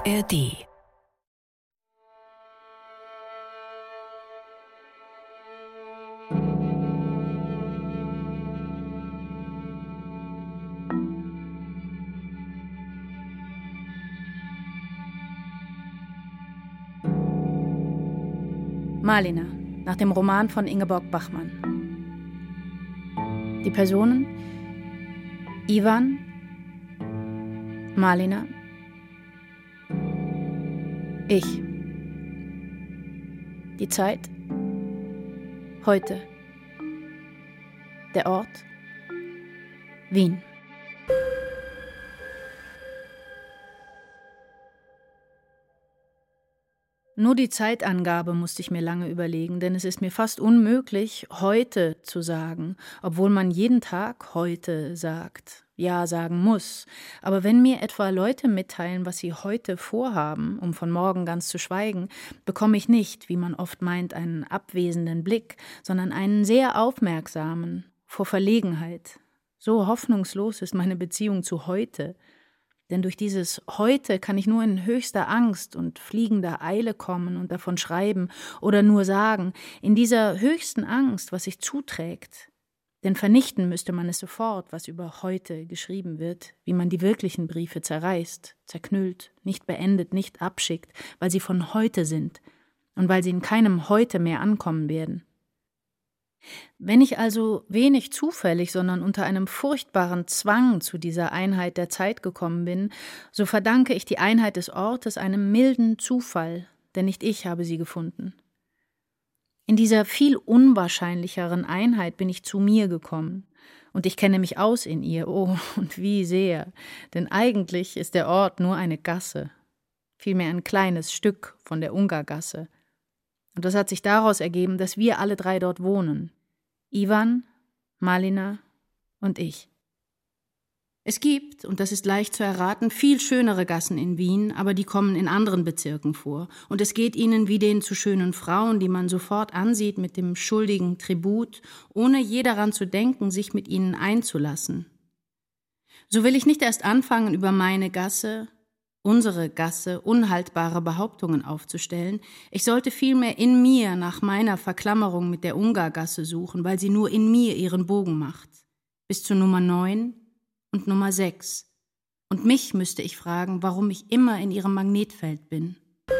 ARD. Malina, nach dem Roman von Ingeborg Bachmann. Die Personen: Ivan, Malina, ich. Die Zeit: heute. Der Ort: Wien. Nur die Zeitangabe musste ich mir lange überlegen, denn es ist mir fast unmöglich, heute zu sagen, obwohl man jeden Tag heute sagt, ja sagen muss. Aber wenn mir etwa Leute mitteilen, was sie heute vorhaben, um von morgen ganz zu schweigen, bekomme ich nicht, wie man oft meint, einen abwesenden Blick, sondern einen sehr aufmerksamen, vor Verlegenheit. So hoffnungslos ist meine Beziehung zu heute. Denn durch dieses Heute kann ich nur in höchster Angst und fliegender Eile kommen und davon schreiben oder nur sagen, in dieser höchsten Angst, was sich zuträgt. Denn vernichten müsste man es sofort, was über heute geschrieben wird, wie man die wirklichen Briefe zerreißt, zerknüllt, nicht beendet, nicht abschickt, weil sie von heute sind und weil sie in keinem Heute mehr ankommen werden. Wenn ich also wenig zufällig, sondern unter einem furchtbaren Zwang zu dieser Einheit der Zeit gekommen bin, so verdanke ich die Einheit des Ortes einem milden Zufall, denn nicht ich habe sie gefunden. In dieser viel unwahrscheinlicheren Einheit bin ich zu mir gekommen, und ich kenne mich aus in ihr, oh, und wie sehr, denn eigentlich ist der Ort nur eine Gasse, vielmehr ein kleines Stück von der Ungargasse. Und das hat sich daraus ergeben, dass wir alle drei dort wohnen. Ivan, Malina und ich. Es gibt, und das ist leicht zu erraten, viel schönere Gassen in Wien, aber die kommen in anderen Bezirken vor. Und es geht ihnen wie den zu schönen Frauen, die man sofort ansieht mit dem schuldigen Tribut, ohne je daran zu denken, sich mit ihnen einzulassen. So will ich nicht erst anfangen, über meine Gasse, unsere Gasse, unhaltbare Behauptungen aufzustellen. Ich sollte vielmehr in mir nach meiner Verklammerung mit der Ungargasse suchen, weil sie nur in mir ihren Bogen macht. Bis zu Nummer 9 und Nummer 6. Und mich müsste ich fragen, warum ich immer in ihrem Magnetfeld bin.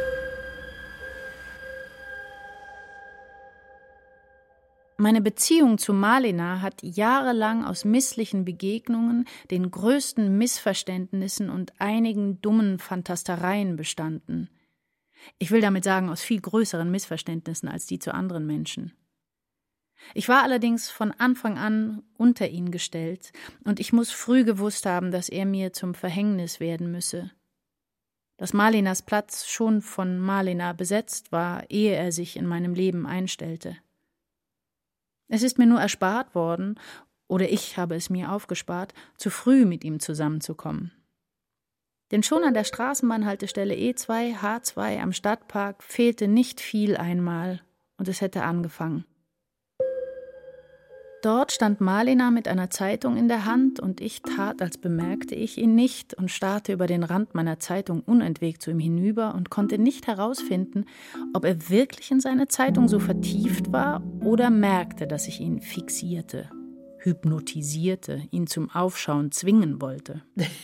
Meine Beziehung zu Malina hat jahrelang aus misslichen Begegnungen, den größten Missverständnissen und einigen dummen Fantastereien bestanden. Ich will damit sagen, aus viel größeren Missverständnissen als die zu anderen Menschen. Ich war allerdings von Anfang an unter ihn gestellt, und ich muss früh gewusst haben, dass er mir zum Verhängnis werden müsse. Dass Malinas Platz schon von Malina besetzt war, ehe er sich in meinem Leben einstellte. Es ist mir nur erspart worden, oder ich habe es mir aufgespart, zu früh mit ihm zusammenzukommen. Denn schon an der Straßenbahnhaltestelle E2, H2 am Stadtpark fehlte nicht viel einmal, und es hätte angefangen. Dort stand Malina mit einer Zeitung in der Hand, und ich tat, als bemerkte ich ihn nicht und starrte über den Rand meiner Zeitung unentwegt zu ihm hinüber und konnte nicht herausfinden, ob er wirklich in seine Zeitung so vertieft war oder merkte, dass ich ihn fixierte, hypnotisierte, ihn zum Aufschauen zwingen wollte.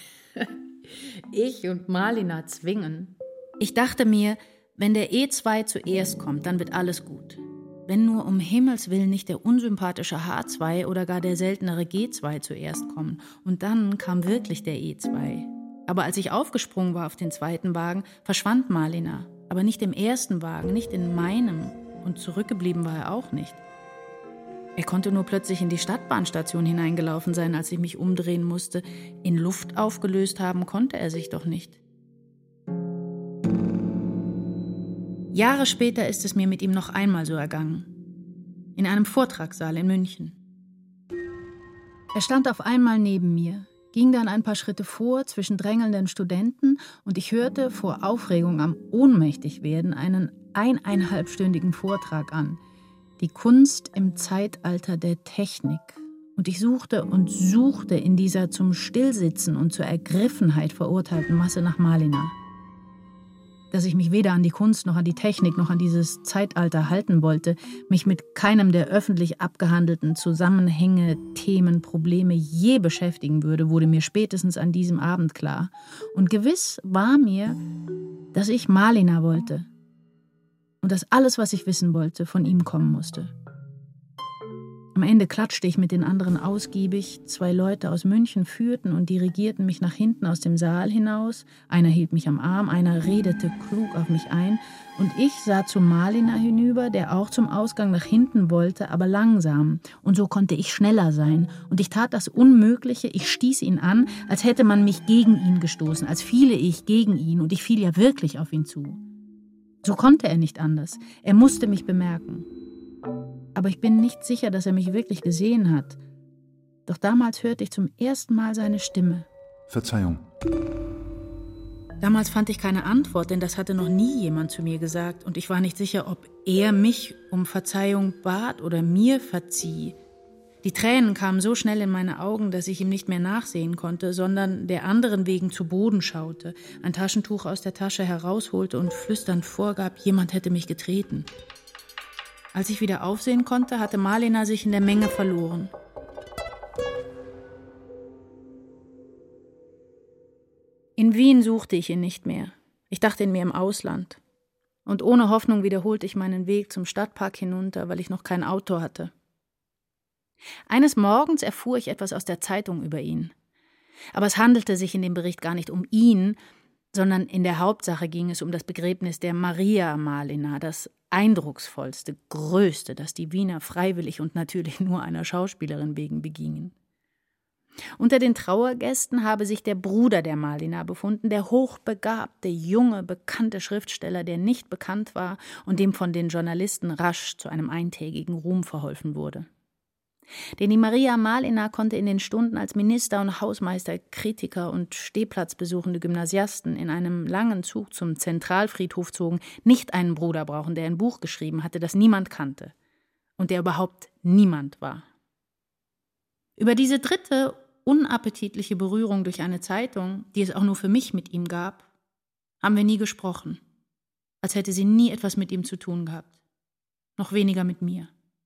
Ich und Malina zwingen. Ich dachte mir, wenn der E2 zuerst kommt, dann wird alles gut. Wenn nur um Himmels Willen nicht der unsympathische H2 oder gar der seltenere G2 zuerst kommen. Und dann kam wirklich der E2. Aber als ich aufgesprungen war auf den zweiten Wagen, verschwand Malina. Aber nicht im ersten Wagen, nicht in meinem. Und zurückgeblieben war er auch nicht. Er konnte nur plötzlich in die Stadtbahnstation hineingelaufen sein, als ich mich umdrehen musste. In Luft aufgelöst haben konnte er sich doch nicht. Jahre später ist es mir mit ihm noch einmal so ergangen. In einem Vortragssaal in München. Er stand auf einmal neben mir, ging dann ein paar Schritte vor zwischen drängelnden Studenten, und ich hörte vor Aufregung am Ohnmächtigwerden einen 1,5-stündigen Vortrag an. Die Kunst im Zeitalter der Technik. Und ich suchte und suchte in dieser zum Stillsitzen und zur Ergriffenheit verurteilten Masse nach Malina. dass ich mich weder an die Kunst noch an die Technik noch an dieses Zeitalter halten wollte, mich mit keinem der öffentlich abgehandelten Zusammenhänge, Themen, Probleme je beschäftigen würde, wurde mir spätestens an diesem Abend klar. Und gewiss war mir, dass ich Malina wollte und dass alles, was ich wissen wollte, von ihm kommen musste. Am Ende klatschte ich mit den anderen ausgiebig. 2 Leute aus München führten und dirigierten mich nach hinten aus dem Saal hinaus. Einer hielt mich am Arm, einer redete klug auf mich ein. Und ich sah zu Malina hinüber, der auch zum Ausgang nach hinten wollte, aber langsam. Und so konnte ich schneller sein. Und ich tat das Unmögliche, ich stieß ihn an, als hätte man mich gegen ihn gestoßen, als fiele ich gegen ihn. Und ich fiel ja wirklich auf ihn zu. So konnte er nicht anders. Er musste mich bemerken. Aber ich bin nicht sicher, dass er mich wirklich gesehen hat. Doch damals hörte ich zum ersten Mal seine Stimme. Verzeihung. Damals fand ich keine Antwort, denn das hatte noch nie jemand zu mir gesagt. Und ich war nicht sicher, ob er mich um Verzeihung bat oder mir verzieh. Die Tränen kamen so schnell in meine Augen, dass ich ihm nicht mehr nachsehen konnte, sondern der anderen wegen zu Boden schaute, ein Taschentuch aus der Tasche herausholte und flüsternd vorgab, jemand hätte mich getreten. Als ich wieder aufsehen konnte, hatte Malina sich in der Menge verloren. In Wien suchte ich ihn nicht mehr. Ich dachte ihn mir im Ausland. Und ohne Hoffnung wiederholte ich meinen Weg zum Stadtpark hinunter, weil ich noch kein Auto hatte. Eines Morgens erfuhr ich etwas aus der Zeitung über ihn. Aber es handelte sich in dem Bericht gar nicht um ihn, sondern in der Hauptsache ging es um das Begräbnis der Maria Malina, das eindrucksvollste, größte, das die Wiener freiwillig und natürlich nur einer Schauspielerin wegen begingen. Unter den Trauergästen habe sich der Bruder der Malina befunden, der hochbegabte, junge, bekannte Schriftsteller, der nicht bekannt war und dem von den Journalisten rasch zu einem eintägigen Ruhm verholfen wurde. Denn die Maria Malina konnte in den Stunden als Minister und Hausmeister, Kritiker und stehplatzbesuchende Gymnasiasten in einem langen Zug zum Zentralfriedhof zogen, nicht einen Bruder brauchen, der ein Buch geschrieben hatte, das niemand kannte und der überhaupt niemand war. Über diese dritte, unappetitliche Berührung durch eine Zeitung, die es auch nur für mich mit ihm gab, haben wir nie gesprochen, als hätte sie nie etwas mit ihm zu tun gehabt, noch weniger mit mir.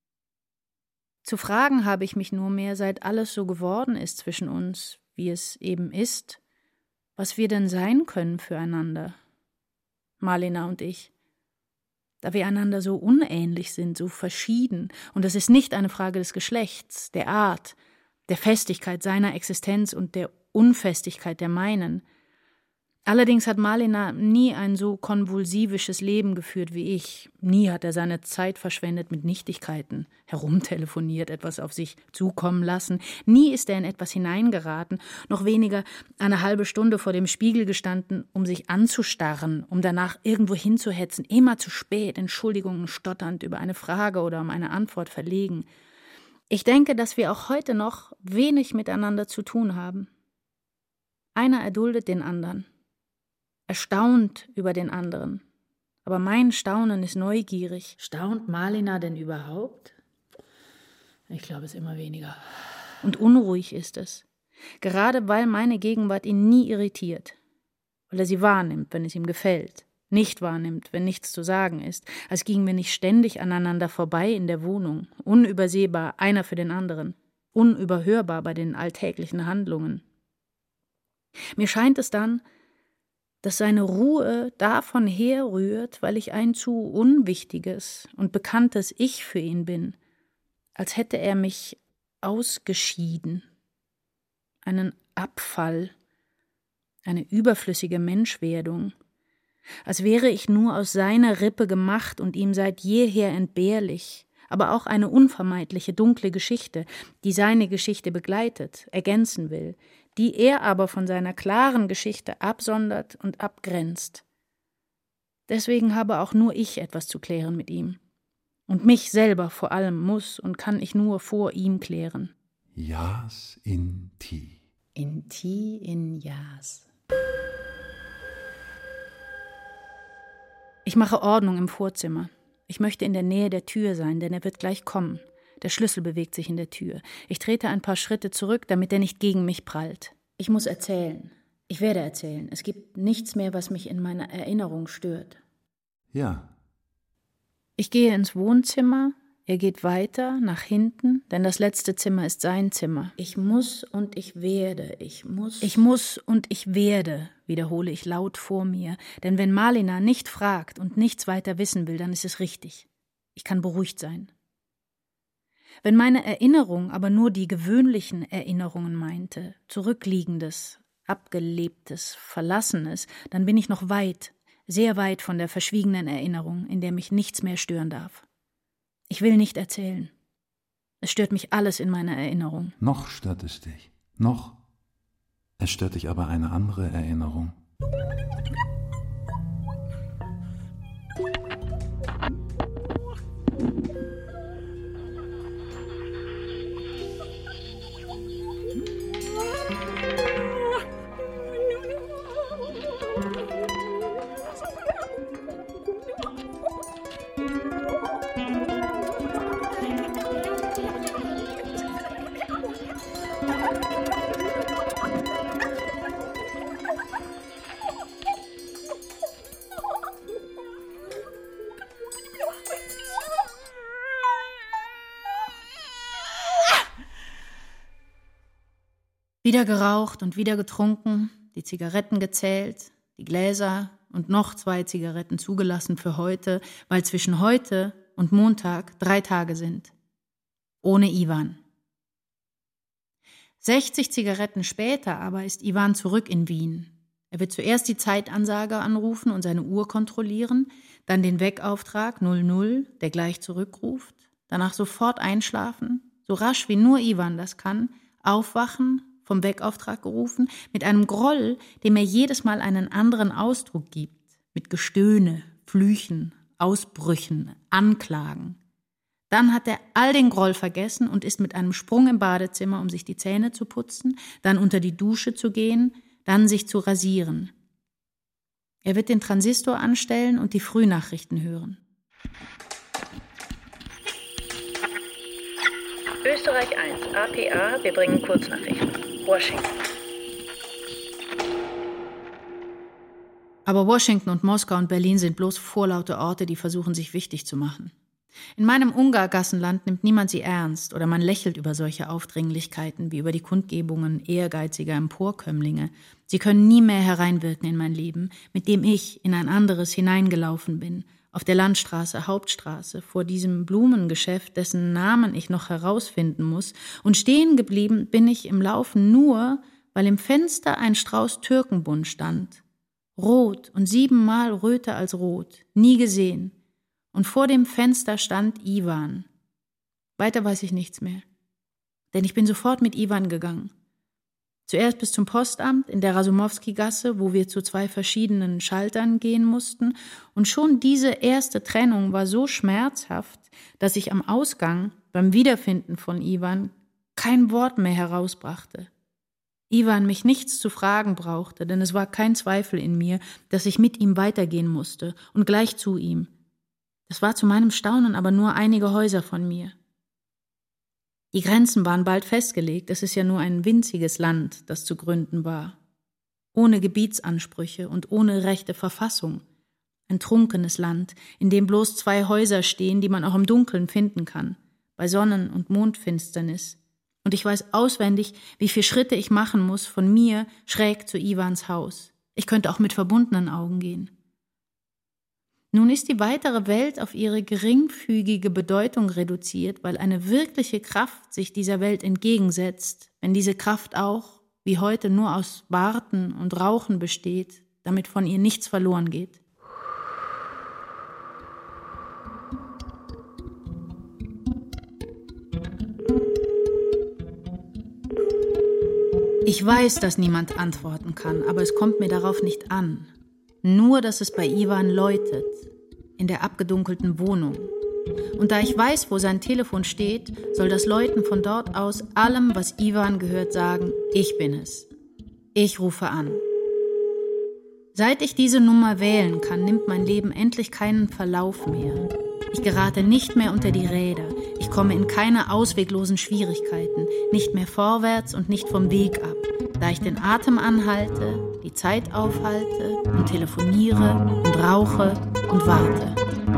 Zu fragen habe ich mich nur mehr, seit alles so geworden ist zwischen uns, wie es eben ist, was wir denn sein können füreinander, Malina und ich, da wir einander so unähnlich sind, so verschieden, und das ist nicht eine Frage des Geschlechts, der Art, der Festigkeit seiner Existenz und der Unfestigkeit der meinen. Allerdings hat Malina nie ein so konvulsivisches Leben geführt wie ich. Nie hat er seine Zeit verschwendet mit Nichtigkeiten, herumtelefoniert, etwas auf sich zukommen lassen. Nie ist er in etwas hineingeraten, noch weniger eine halbe Stunde vor dem Spiegel gestanden, um sich anzustarren, um danach irgendwo hinzuhetzen, immer zu spät, Entschuldigungen stotternd über eine Frage oder um eine Antwort verlegen. Ich denke, dass wir auch heute noch wenig miteinander zu tun haben. Einer erduldet den anderen. Erstaunt über den anderen. Aber mein Staunen ist neugierig. Staunt Malina denn überhaupt? Ich glaube es immer weniger. Und unruhig ist es. Gerade weil meine Gegenwart ihn nie irritiert. Weil er sie wahrnimmt, wenn es ihm gefällt. Nicht wahrnimmt, wenn nichts zu sagen ist. Als gingen wir nicht ständig aneinander vorbei in der Wohnung. Unübersehbar, einer für den anderen. Unüberhörbar bei den alltäglichen Handlungen. Mir scheint es dann, dass seine Ruhe davon herrührt, weil ich ein zu unwichtiges und bekanntes Ich für ihn bin, als hätte er mich ausgeschieden, einen Abfall, eine überflüssige Menschwerdung, als wäre ich nur aus seiner Rippe gemacht und ihm seit jeher entbehrlich, aber auch eine unvermeidliche, dunkle Geschichte, die seine Geschichte begleitet, ergänzen will, die er aber von seiner klaren Geschichte absondert und abgrenzt. Deswegen habe auch nur ich etwas zu klären mit ihm. Und mich selber vor allem muss und kann ich nur vor ihm klären. Jas in ti. In ti in jas. Ich mache Ordnung im Vorzimmer. Ich möchte in der Nähe der Tür sein, denn er wird gleich kommen. Der Schlüssel bewegt sich in der Tür. Ich trete ein paar Schritte zurück, damit er nicht gegen mich prallt. Ich muss erzählen. Ich werde erzählen. Es gibt nichts mehr, was mich in meiner Erinnerung stört. Ja. Ich gehe ins Wohnzimmer, er geht weiter, nach hinten, denn das letzte Zimmer ist sein Zimmer. Ich muss und ich werde, ich muss und ich werde, wiederhole ich laut vor mir, denn wenn Malina nicht fragt und nichts weiter wissen will, dann ist es richtig. Ich kann beruhigt sein. Wenn meine Erinnerung aber nur die gewöhnlichen Erinnerungen meinte, Zurückliegendes, Abgelebtes, Verlassenes, dann bin ich noch weit, sehr weit von der verschwiegenen Erinnerung, in der mich nichts mehr stören darf. Ich will nicht erzählen. Es stört mich alles in meiner Erinnerung. Noch stört es dich. Noch. Es stört dich aber eine andere Erinnerung. Wieder geraucht und wieder getrunken, die Zigaretten gezählt, die Gläser und noch 2 Zigaretten zugelassen für heute, weil zwischen heute und Montag 3 Tage sind. Ohne Iwan. 60 Zigaretten später aber ist Iwan zurück in Wien. Er wird zuerst die Zeitansage anrufen und seine Uhr kontrollieren, dann den Weckauftrag 00, der gleich zurückruft, danach sofort einschlafen, so rasch wie nur Iwan das kann, aufwachen, vom Weckauftrag gerufen, mit einem Groll, dem er jedes Mal einen anderen Ausdruck gibt, mit Gestöhne, Flüchen, Ausbrüchen, Anklagen. Dann hat er all den Groll vergessen und ist mit einem Sprung im Badezimmer, um sich die Zähne zu putzen, dann unter die Dusche zu gehen, dann sich zu rasieren. Er wird den Transistor anstellen und die Frühnachrichten hören. Österreich 1, APA, wir bringen Kurznachrichten. Washington. Aber Washington und Moskau und Berlin sind bloß vorlaute Orte, die versuchen, sich wichtig zu machen. In meinem Ungargassenland nimmt niemand sie ernst oder man lächelt über solche Aufdringlichkeiten wie über die Kundgebungen ehrgeiziger Emporkömmlinge. Sie können nie mehr hereinwirken in mein Leben, mit dem ich in ein anderes hineingelaufen bin, auf der Landstraße, Hauptstraße, vor diesem Blumengeschäft, dessen Namen ich noch herausfinden muss, und stehen geblieben bin ich im Laufen nur, weil im Fenster ein Strauß Türkenbund stand. Rot und 7-mal röter als rot, nie gesehen. Und vor dem Fenster stand Iwan. Weiter weiß ich nichts mehr, denn ich bin sofort mit Iwan gegangen. Zuerst bis zum Postamt in der Rasumowski-Gasse, wo wir zu 2 verschiedenen Schaltern gehen mussten, und schon diese erste Trennung war so schmerzhaft, dass ich am Ausgang, beim Wiederfinden von Iwan, kein Wort mehr herausbrachte. Iwan mich nichts zu fragen brauchte, denn es war kein Zweifel in mir, dass ich mit ihm weitergehen musste und gleich zu ihm. Das war zu meinem Staunen aber nur einige Häuser von mir. Die Grenzen waren bald festgelegt, es ist ja nur ein winziges Land, das zu gründen war. Ohne Gebietsansprüche und ohne rechte Verfassung. Ein trunkenes Land, in dem bloß 2 Häuser stehen, die man auch im Dunkeln finden kann, bei Sonnen- und Mondfinsternis. Und ich weiß auswendig, wie viele Schritte ich machen muss von mir schräg zu Iwans Haus. Ich könnte auch mit verbundenen Augen gehen. Nun ist die weitere Welt auf ihre geringfügige Bedeutung reduziert, weil eine wirkliche Kraft sich dieser Welt entgegensetzt, wenn diese Kraft auch, wie heute, nur aus Warten und Rauchen besteht, damit von ihr nichts verloren geht. Ich weiß, dass niemand antworten kann, aber es kommt mir darauf nicht an. Nur, dass es bei Iwan läutet, in der abgedunkelten Wohnung. Und da ich weiß, wo sein Telefon steht, soll das Läuten von dort aus allem, was Iwan gehört, sagen, ich bin es. Ich rufe an. Seit ich diese Nummer wählen kann, nimmt mein Leben endlich keinen Verlauf mehr. Ich gerate nicht mehr unter die Räder. Ich komme in keine ausweglosen Schwierigkeiten, nicht mehr vorwärts und nicht vom Weg ab. da ich den Atem anhalte, die Zeit aufhalte und telefoniere und rauche und warte.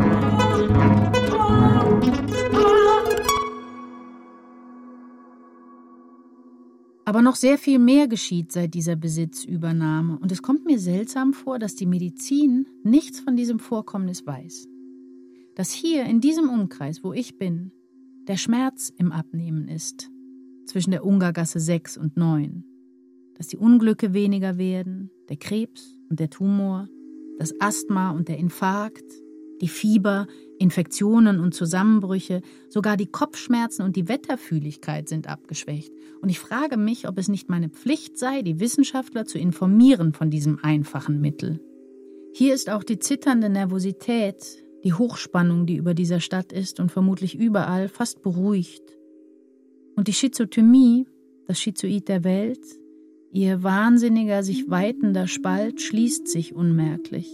Aber noch sehr viel mehr geschieht seit dieser Besitzübernahme. Und es kommt mir seltsam vor, dass die Medizin nichts von diesem Vorkommnis weiß. Dass hier in diesem Umkreis, wo ich bin, der Schmerz im Abnehmen ist. Zwischen der Ungargasse 6 und 9. Dass die Unglücke weniger werden, der Krebs und der Tumor, das Asthma und der Infarkt, die Fieber, Infektionen und Zusammenbrüche, sogar die Kopfschmerzen und die Wetterfühligkeit sind abgeschwächt. Und ich frage mich, ob es nicht meine Pflicht sei, die Wissenschaftler zu informieren von diesem einfachen Mittel. Hier ist auch die zitternde Nervosität, die Hochspannung, die über dieser Stadt ist und vermutlich überall, fast beruhigt. Und die Schizotomie, das Schizoid der Welt, ihr wahnsinniger, sich weitender Spalt schließt sich unmerklich.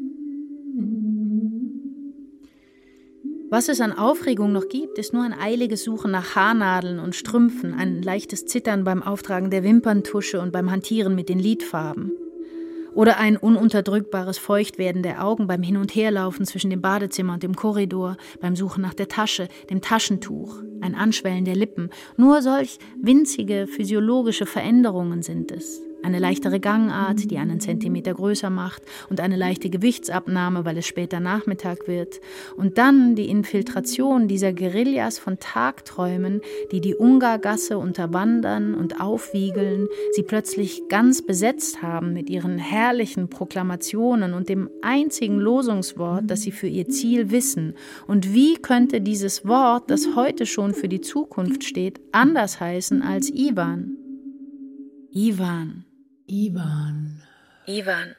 Was es an Aufregung noch gibt, ist nur ein eiliges Suchen nach Haarnadeln und Strümpfen, ein leichtes Zittern beim Auftragen der Wimperntusche und beim Hantieren mit den Lidfarben. Oder ein ununterdrückbares Feuchtwerden der Augen beim Hin- und Herlaufen zwischen dem Badezimmer und dem Korridor, beim Suchen nach der Tasche, dem Taschentuch, ein Anschwellen der Lippen. Nur solch winzige physiologische Veränderungen sind es. Eine leichtere Gangart, die einen Zentimeter größer macht und eine leichte Gewichtsabnahme, weil es später Nachmittag wird. Und dann die Infiltration dieser Guerillas von Tagträumen, die die Ungargasse unterwandern und aufwiegeln, sie plötzlich ganz besetzt haben mit ihren herrlichen Proklamationen und dem einzigen Losungswort, das sie für ihr Ziel wissen. Und wie könnte dieses Wort, das heute schon für die Zukunft steht, anders heißen als Iwan? Iwan. Iwan. Iwan.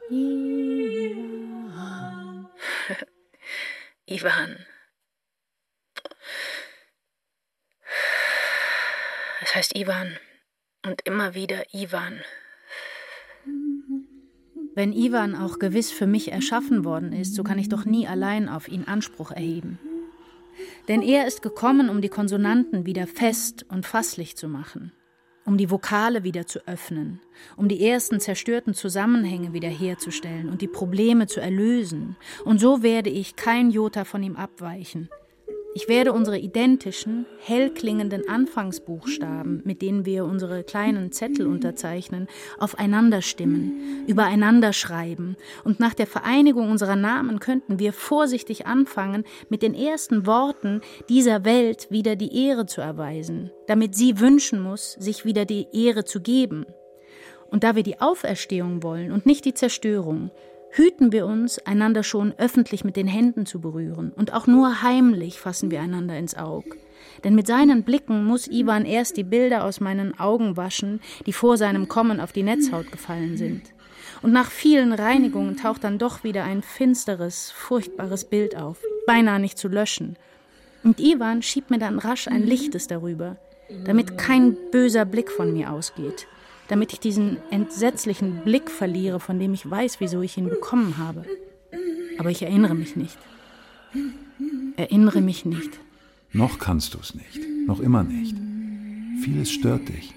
Iwan. Es heißt Iwan und immer wieder Iwan. Wenn Iwan auch gewiss für mich erschaffen worden ist, so kann ich doch nie allein auf ihn Anspruch erheben. Denn er ist gekommen, um die Konsonanten wieder fest und fasslich zu machen. Um die Vokale wieder zu öffnen, um die ersten zerstörten Zusammenhänge wiederherzustellen und die Probleme zu erlösen. Und so werde ich kein Jota von ihm abweichen. Ich werde unsere identischen, hell klingenden Anfangsbuchstaben, mit denen wir unsere kleinen Zettel unterzeichnen, aufeinander stimmen, übereinander schreiben. Und nach der Vereinigung unserer Namen könnten wir vorsichtig anfangen, mit den ersten Worten dieser Welt wieder die Ehre zu erweisen, damit sie wünschen muss, sich wieder die Ehre zu geben. Und da wir die Auferstehung wollen und nicht die Zerstörung, hüten wir uns, einander schon öffentlich mit den Händen zu berühren. Und auch nur heimlich fassen wir einander ins Auge. Denn mit seinen Blicken muss Iwan erst die Bilder aus meinen Augen waschen, die vor seinem Kommen auf die Netzhaut gefallen sind. Und nach vielen Reinigungen taucht dann doch wieder ein finsteres, furchtbares Bild auf, beinahe nicht zu löschen. Und Iwan schiebt mir dann rasch ein Lichtes darüber, damit kein böser Blick von mir ausgeht. Damit ich diesen entsetzlichen Blick verliere, von dem ich weiß, wieso ich ihn bekommen habe. Aber ich erinnere mich nicht. Erinnere mich nicht. Noch kannst du es nicht. Noch immer nicht. Vieles stört dich.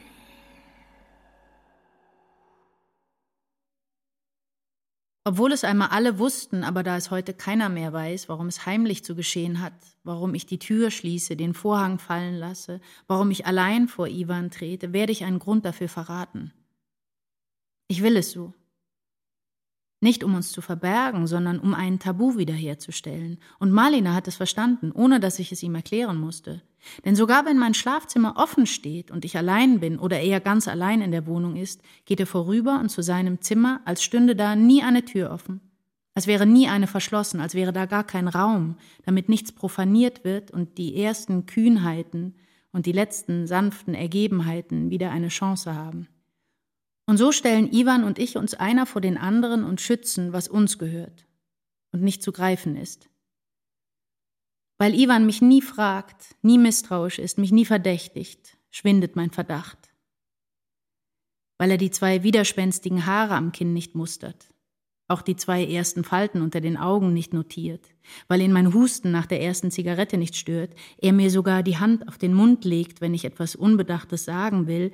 Obwohl es einmal alle wussten, aber da es heute keiner mehr weiß, warum es heimlich zu geschehen hat, warum ich die Tür schließe, den Vorhang fallen lasse, warum ich allein vor Iwan trete, werde ich einen Grund dafür verraten. Ich will es so. Nicht um uns zu verbergen, sondern um ein Tabu wiederherzustellen. Und Malina hat es verstanden, ohne dass ich es ihm erklären musste. Denn sogar wenn mein Schlafzimmer offen steht und ich allein bin oder eher ganz allein in der Wohnung ist, geht er vorüber und zu seinem Zimmer, als stünde da nie eine Tür offen. Als wäre nie eine verschlossen, als wäre da gar kein Raum, damit nichts profaniert wird und die ersten Kühnheiten und die letzten sanften Ergebenheiten wieder eine Chance haben. Und so stellen Iwan und ich uns einer vor den anderen und schützen, was uns gehört und nicht zu greifen ist. Weil Iwan mich nie fragt, nie misstrauisch ist, mich nie verdächtigt, schwindet mein Verdacht. Weil er die 2 widerspenstigen Haare am Kinn nicht mustert, auch die 2 ersten Falten unter den Augen nicht notiert, weil ihn mein Husten nach der ersten Zigarette nicht stört, er mir sogar die Hand auf den Mund legt, wenn ich etwas Unbedachtes sagen will,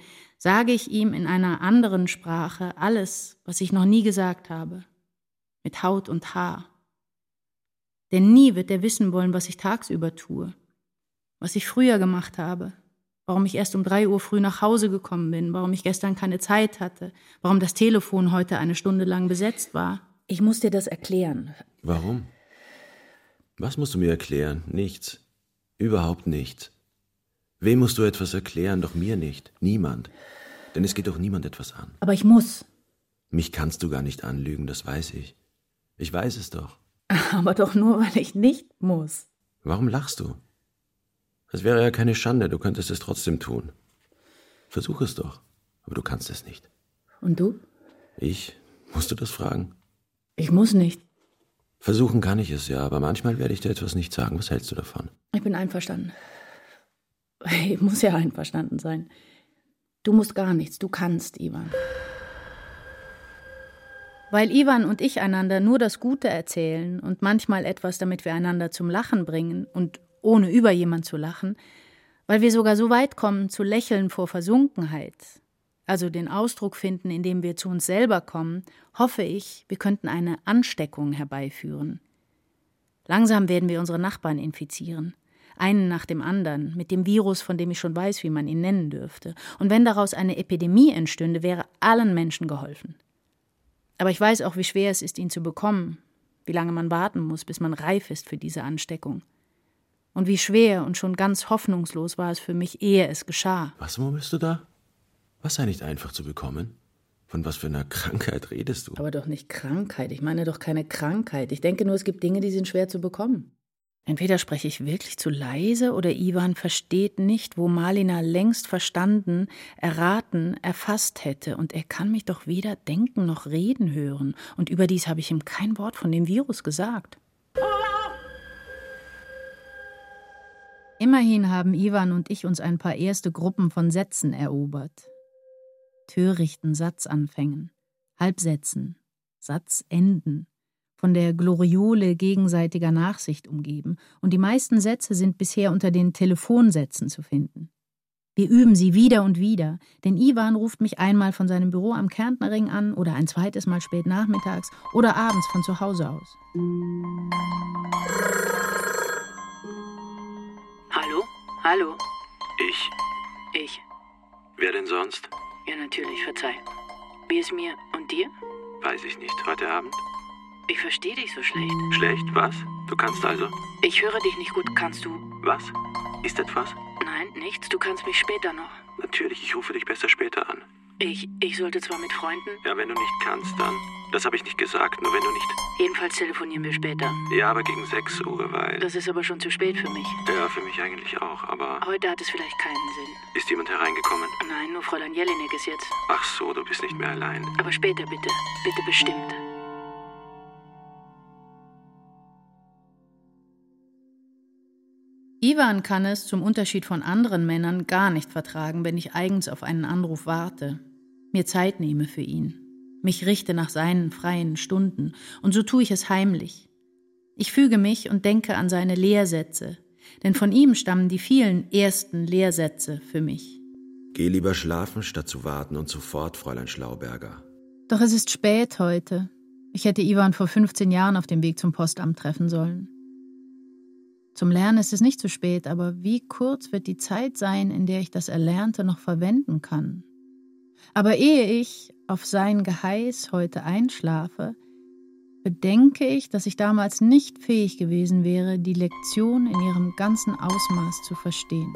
sage ich ihm in einer anderen Sprache alles, was ich noch nie gesagt habe, mit Haut und Haar. Denn nie wird er wissen wollen, was ich tagsüber tue, was ich früher gemacht habe, warum ich erst um 3 Uhr früh nach Hause gekommen bin, warum ich gestern keine Zeit hatte, warum das Telefon heute eine Stunde lang besetzt war. Ich muss dir das erklären. Warum? Was musst du mir erklären? Nichts. Überhaupt nichts. Wem musst du etwas erklären? Doch mir nicht. Niemand. Denn es geht doch niemand etwas an. Aber ich muss. Mich kannst du gar nicht anlügen, das weiß ich. Ich weiß es doch. Aber doch nur, weil ich nicht muss. Warum lachst du? Es wäre ja keine Schande, du könntest es trotzdem tun. Versuch es doch, aber du kannst es nicht. Und du? Ich? Musst du das fragen? Ich muss nicht. Versuchen kann ich es ja, aber manchmal werde ich dir etwas nicht sagen. Was hältst du davon? Ich bin einverstanden. Ich muss ja einverstanden sein. Du musst gar nichts, du kannst, Iwan. Weil Iwan und ich einander nur das Gute erzählen und manchmal etwas, damit wir einander zum Lachen bringen und ohne über jemand zu lachen, weil wir sogar so weit kommen zu lächeln vor Versunkenheit, also den Ausdruck finden, indem wir zu uns selber kommen, hoffe ich, wir könnten eine Ansteckung herbeiführen. Langsam werden wir unsere Nachbarn infizieren, einen nach dem anderen, mit dem Virus, von dem ich schon weiß, wie man ihn nennen dürfte. Und wenn daraus eine Epidemie entstünde, wäre allen Menschen geholfen. Aber ich weiß auch, wie schwer es ist, ihn zu bekommen, wie lange man warten muss, bis man reif ist für diese Ansteckung. Und wie schwer und schon ganz hoffnungslos war es für mich, ehe es geschah. Was murmelst du da? Was sei nicht einfach zu bekommen? Von was für einer Krankheit redest du? Aber doch nicht Krankheit, ich meine doch keine Krankheit. Ich denke nur, es gibt Dinge, die sind schwer zu bekommen. Entweder spreche ich wirklich zu leise oder Iwan versteht nicht, wo Malina längst verstanden, erraten, erfasst hätte. Und er kann mich doch weder denken noch reden hören. Und überdies habe ich ihm kein Wort von dem Virus gesagt. Immerhin haben Iwan und ich uns ein paar erste Gruppen von Sätzen erobert. Törichten Satzanfängen, Halbsätzen, Satzenden, von der Gloriole gegenseitiger Nachsicht umgeben, und die meisten Sätze sind bisher unter den Telefonsätzen zu finden. Wir üben sie wieder und wieder, denn Iwan ruft mich einmal von seinem Büro am Kärntnerring an oder ein zweites Mal spät nachmittags oder abends von zu Hause aus. Hallo? Hallo? Ich? Ich. Wer denn sonst? Ja, natürlich, verzeih. Wie ist mir und dir? Weiß ich nicht. Heute Abend? Ich verstehe dich so schlecht. Schlecht? Was? Du kannst also? Ich höre dich nicht gut. Kannst du? Was? Ist etwas? Nein, nichts. Du kannst mich später noch. Natürlich, ich rufe dich besser später an. Ich sollte zwar mit Freunden. Ja, wenn du nicht kannst, dann. Das habe ich nicht gesagt, nur wenn du nicht... Jedenfalls telefonieren wir später. Ja, aber gegen 6 Uhr, weil... Das ist aber schon zu spät für mich. Ja, für mich eigentlich auch, aber... Heute hat es vielleicht keinen Sinn. Ist jemand hereingekommen? Nein, nur Fräulein Jelinek ist jetzt. Ach so, du bist nicht mehr allein. Aber später bitte. Bitte bestimmt. Iwan kann es, zum Unterschied von anderen Männern, gar nicht vertragen, wenn ich eigens auf einen Anruf warte, mir Zeit nehme für ihn, mich richte nach seinen freien Stunden, und so tue ich es heimlich. Ich füge mich und denke an seine Lehrsätze, denn von ihm stammen die vielen ersten Lehrsätze für mich. Geh lieber schlafen, statt zu warten und so fort, Fräulein Schlauberger. Doch es ist spät heute. Ich hätte Iwan vor 15 Jahren auf dem Weg zum Postamt treffen sollen. Zum Lernen ist es nicht zu spät, aber wie kurz wird die Zeit sein, in der ich das Erlernte noch verwenden kann. Aber ehe ich auf sein Geheiß heute einschlafe, bedenke ich, dass ich damals nicht fähig gewesen wäre, die Lektion in ihrem ganzen Ausmaß zu verstehen.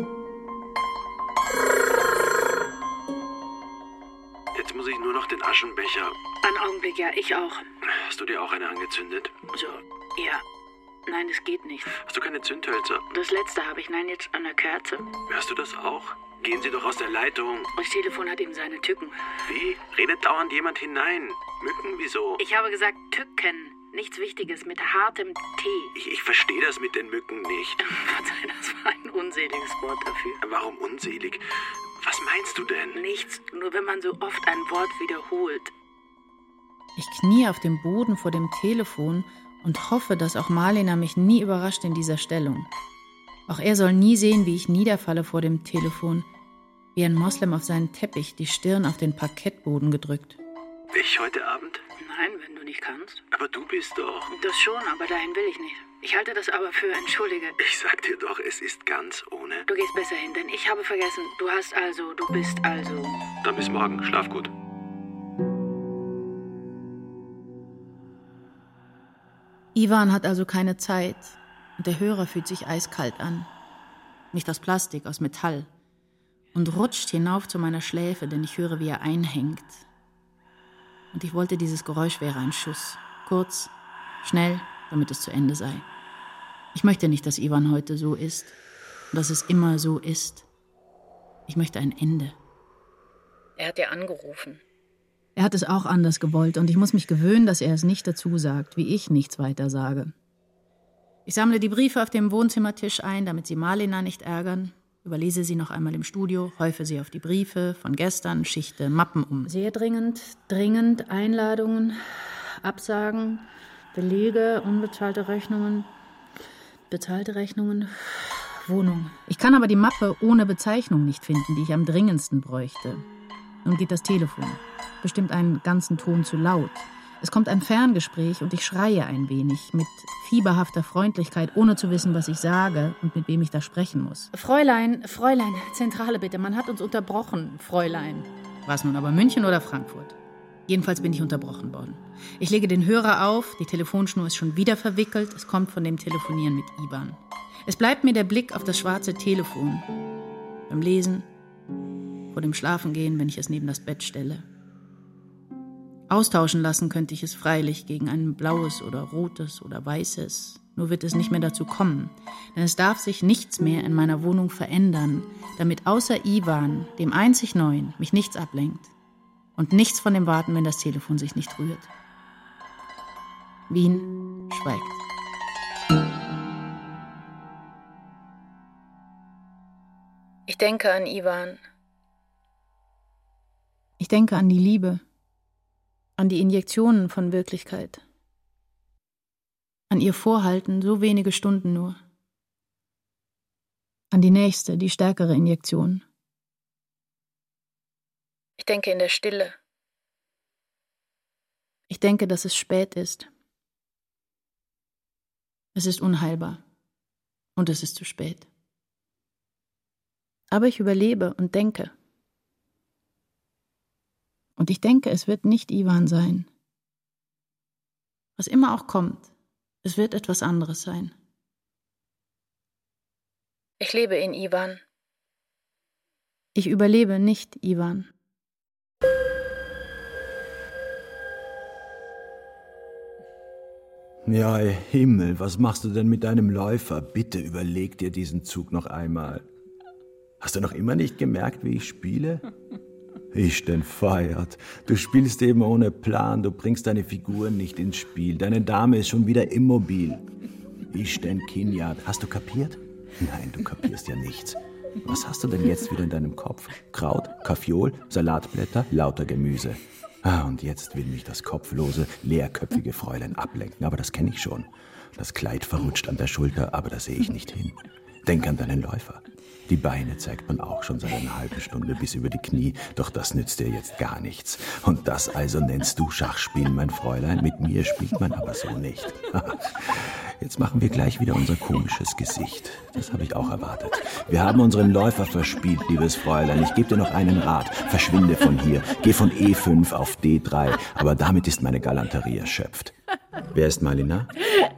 Jetzt muss ich nur noch den Aschenbecher. Einen Augenblick, ja, ich auch. Hast du dir auch eine angezündet? So, ja. Nein, es geht nicht. Hast du keine Zündhölzer? Das letzte habe ich. Nein, jetzt an der Kerze. Hörst du das auch? Gehen Sie doch aus der Leitung. Das Telefon hat eben seine Tücken. Wie? Redet dauernd jemand hinein? Mücken, wieso? Ich habe gesagt Tücken. Nichts Wichtiges, mit hartem T. Ich verstehe das mit den Mücken nicht. Verzeih, das war ein unseliges Wort dafür. Warum unselig? Was meinst du denn? Nichts, nur wenn man so oft ein Wort wiederholt. Ich knie auf dem Boden vor dem Telefon und hoffe, dass auch Malina mich nie überrascht in dieser Stellung. Auch er soll nie sehen, wie ich niederfalle vor dem Telefon. wie ein Moslem auf seinen Teppich, die Stirn auf den Parkettboden gedrückt. Ich heute Abend? Nein, wenn du nicht kannst. Aber du bist doch... Das schon, aber dahin will ich nicht. Ich halte das aber für, entschuldige. Ich sag dir doch, es ist ganz ohne. Du gehst besser hin, denn ich habe vergessen, du bist also... Dann bis morgen, schlaf gut. Iwan hat also keine Zeit und der Hörer fühlt sich eiskalt an. Nicht aus Plastik, aus Metall. Und rutscht hinauf zu meiner Schläfe, denn ich höre, wie er einhängt. Und ich wollte, dieses Geräusch wäre ein Schuss. Kurz, schnell, damit es zu Ende sei. Ich möchte nicht, dass Iwan heute so ist und dass es immer so ist. Ich möchte ein Ende. Er hat ja angerufen. Er hat es auch anders gewollt und ich muss mich gewöhnen, dass er es nicht dazu sagt, wie ich nichts weiter sage. Ich sammle die Briefe auf dem Wohnzimmertisch ein, damit sie Marlina nicht ärgern, überlese sie noch einmal im Studio, häufe sie auf die Briefe von gestern, schichte Mappen um. Sehr dringend, Einladungen, Absagen, Belege, unbezahlte Rechnungen, bezahlte Rechnungen, Wohnung. Ich kann aber die Mappe ohne Bezeichnung nicht finden, die ich am dringendsten bräuchte. Nun geht das Telefon. Bestimmt einen ganzen Ton zu laut. Es kommt ein Ferngespräch und ich schreie ein wenig, mit fieberhafter Freundlichkeit, ohne zu wissen, was ich sage und mit wem ich da sprechen muss. Fräulein, Zentrale bitte, man hat uns unterbrochen, Fräulein. War es nun aber München oder Frankfurt? Jedenfalls bin ich unterbrochen worden. Ich lege den Hörer auf, die Telefonschnur ist schon wieder verwickelt, es kommt von dem Telefonieren mit Iwan. Es bleibt mir der Blick auf das schwarze Telefon. Beim Lesen, vor dem Schlafengehen, wenn ich es neben das Bett stelle. Austauschen lassen könnte ich es freilich gegen ein blaues oder rotes oder weißes. Nur wird es nicht mehr dazu kommen. Denn es darf sich nichts mehr in meiner Wohnung verändern, damit außer Iwan, dem einzig Neuen, mich nichts ablenkt. Und nichts von dem Warten, wenn das Telefon sich nicht rührt. Wien schweigt. Ich denke an Iwan. Ich denke an die Liebe. An die Injektionen von Wirklichkeit. An ihr Vorhalten, so wenige Stunden nur. An die nächste, die stärkere Injektion. Ich denke in der Stille. Ich denke, dass es spät ist. Es ist unheilbar. Und es ist zu spät. Aber ich überlebe und denke. Und ich denke, es wird nicht Iwan sein. Was immer auch kommt, es wird etwas anderes sein. Ich lebe in Iwan. Ich überlebe nicht Iwan. Ja, Himmel, was machst du denn mit deinem Läufer? Bitte überleg dir diesen Zug noch einmal. Hast du noch immer nicht gemerkt, wie ich spiele? Ich denn feiert. Du spielst eben ohne Plan, du bringst deine Figuren nicht ins Spiel. Deine Dame ist schon wieder immobil. Ich denn Kinjat. Hast du kapiert? Nein, du kapierst ja nichts. Was hast du denn jetzt wieder in deinem Kopf? Kraut, Kaffeeol, Salatblätter, lauter Gemüse. Und jetzt will mich das kopflose, leerköpfige Fräulein ablenken, aber das kenne ich schon. Das Kleid verrutscht an der Schulter, aber da sehe ich nicht hin. Denk an deinen Läufer. Die Beine zeigt man auch schon seit einer halben Stunde bis über die Knie, doch das nützt dir jetzt gar nichts. Und das also nennst du Schachspielen, mein Fräulein? Mit mir spielt man aber so nicht. Jetzt machen wir gleich wieder unser komisches Gesicht. Das habe ich auch erwartet. Wir haben unseren Läufer verspielt, liebes Fräulein. Ich gebe dir noch einen Rat. Verschwinde von hier. Geh von E5 auf D3. Aber damit ist meine Galanterie erschöpft. Wer ist Marlina?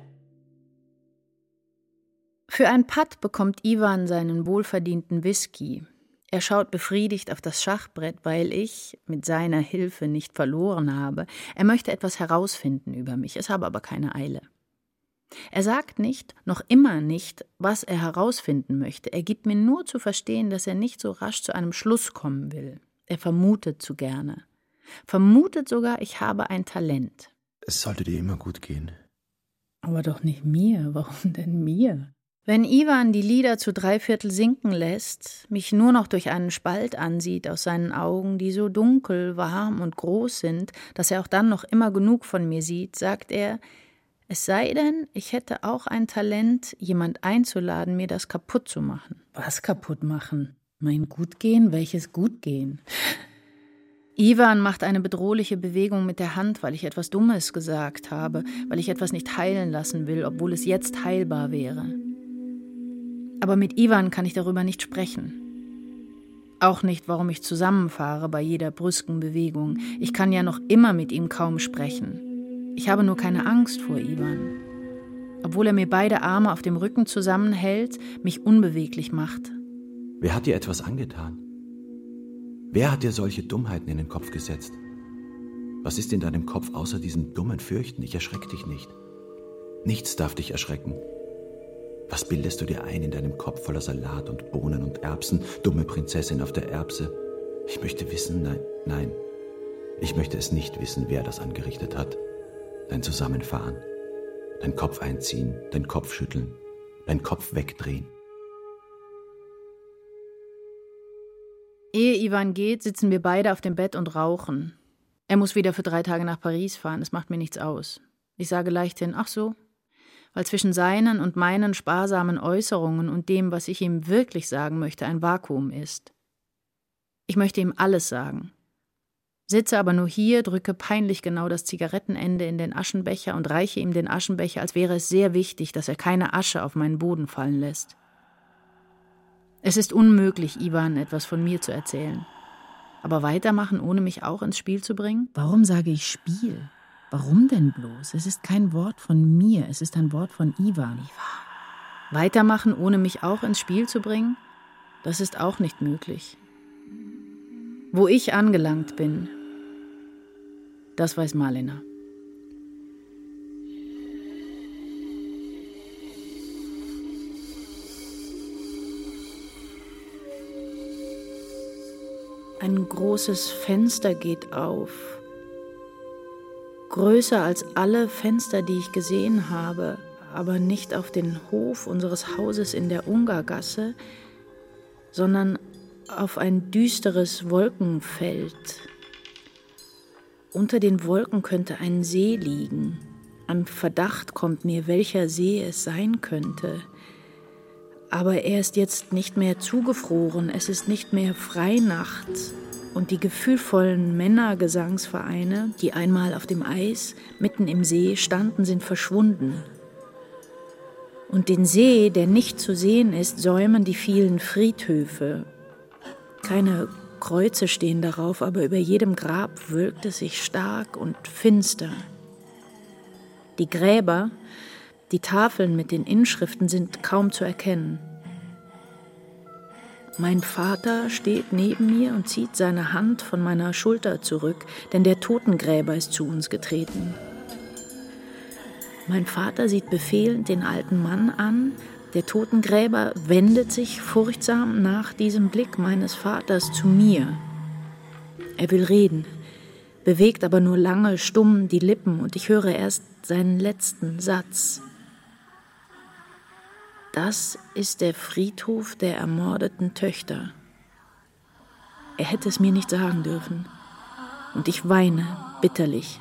Für ein Patt bekommt Iwan seinen wohlverdienten Whisky. Er schaut befriedigt auf das Schachbrett, weil ich mit seiner Hilfe nicht verloren habe. Er möchte etwas herausfinden über mich, es habe aber keine Eile. Er sagt nicht, noch immer nicht, was er herausfinden möchte. Er gibt mir nur zu verstehen, dass er nicht so rasch zu einem Schluss kommen will. Er vermutet zu gerne. Vermutet sogar, ich habe ein Talent. Es sollte dir immer gut gehen. Aber doch nicht mir. Warum denn mir? Wenn Iwan die Lider zu 3/4 sinken lässt, mich nur noch durch einen Spalt ansieht aus seinen Augen, die so dunkel, warm und groß sind, dass er auch dann noch immer genug von mir sieht, sagt er, es sei denn, ich hätte auch ein Talent, jemand einzuladen, mir das kaputt zu machen. Was kaputt machen? Mein Gutgehen? Welches Gutgehen? Ivan macht eine bedrohliche Bewegung mit der Hand, weil ich etwas Dummes gesagt habe, weil ich etwas nicht heilen lassen will, obwohl es jetzt heilbar wäre. Aber mit Ivan kann ich darüber nicht sprechen. Auch nicht, warum ich zusammenfahre bei jeder brüsken Bewegung. Ich kann ja noch immer mit ihm kaum sprechen. Ich habe nur keine Angst vor Ivan. Obwohl er mir beide Arme auf dem Rücken zusammenhält, mich unbeweglich macht. Wer hat dir etwas angetan? Wer hat dir solche Dummheiten in den Kopf gesetzt? Was ist in deinem Kopf außer diesem dummen Fürchten? Ich erschreck dich nicht. Nichts darf dich erschrecken. Was bildest du dir ein in deinem Kopf voller Salat und Bohnen und Erbsen, dumme Prinzessin auf der Erbse? Ich möchte wissen, nein. Ich möchte es nicht wissen, wer das angerichtet hat. Dein Zusammenfahren, dein Kopf einziehen, dein Kopf schütteln, dein Kopf wegdrehen. Ehe Ivan geht, sitzen wir beide auf dem Bett und rauchen. Er muss wieder für 3 Tage nach Paris fahren, es macht mir nichts aus. Ich sage leichthin, ach so, weil zwischen seinen und meinen sparsamen Äußerungen und dem, was ich ihm wirklich sagen möchte, ein Vakuum ist. Ich möchte ihm alles sagen. Sitze aber nur hier, drücke peinlich genau das Zigarettenende in den Aschenbecher und reiche ihm den Aschenbecher, als wäre es sehr wichtig, dass er keine Asche auf meinen Boden fallen lässt. Es ist unmöglich, Ivan etwas von mir zu erzählen. Aber weitermachen, ohne mich auch ins Spiel zu bringen? Warum sage ich Spiel? Warum denn bloß? Es ist kein Wort von mir, es ist ein Wort von Ivan. Weitermachen, ohne mich auch ins Spiel zu bringen? Das ist auch nicht möglich. Wo ich angelangt bin, das weiß Malina. Ein großes Fenster geht auf. Größer als alle Fenster, die ich gesehen habe, aber nicht auf den Hof unseres Hauses in der Ungargasse, sondern auf ein düsteres Wolkenfeld. Unter den Wolken könnte ein See liegen. An Verdacht kommt mir, welcher See es sein könnte. Aber er ist jetzt nicht mehr zugefroren, es ist nicht mehr Freinacht. Und die gefühlvollen Männergesangsvereine, die einmal auf dem Eis mitten im See standen, sind verschwunden. Und den See, der nicht zu sehen ist, säumen die vielen Friedhöfe. Keine Kreuze stehen darauf, aber über jedem Grab wölkt es sich stark und finster. Die Gräber, die Tafeln mit den Inschriften sind kaum zu erkennen. Mein Vater steht neben mir und zieht seine Hand von meiner Schulter zurück, denn der Totengräber ist zu uns getreten. Mein Vater sieht befehlend den alten Mann an. Der Totengräber wendet sich furchtsam nach diesem Blick meines Vaters zu mir. Er will reden, bewegt aber nur lange stumm die Lippen und ich höre erst seinen letzten Satz. Das ist der Friedhof der ermordeten Töchter. Er hätte es mir nicht sagen dürfen. Und ich weine bitterlich.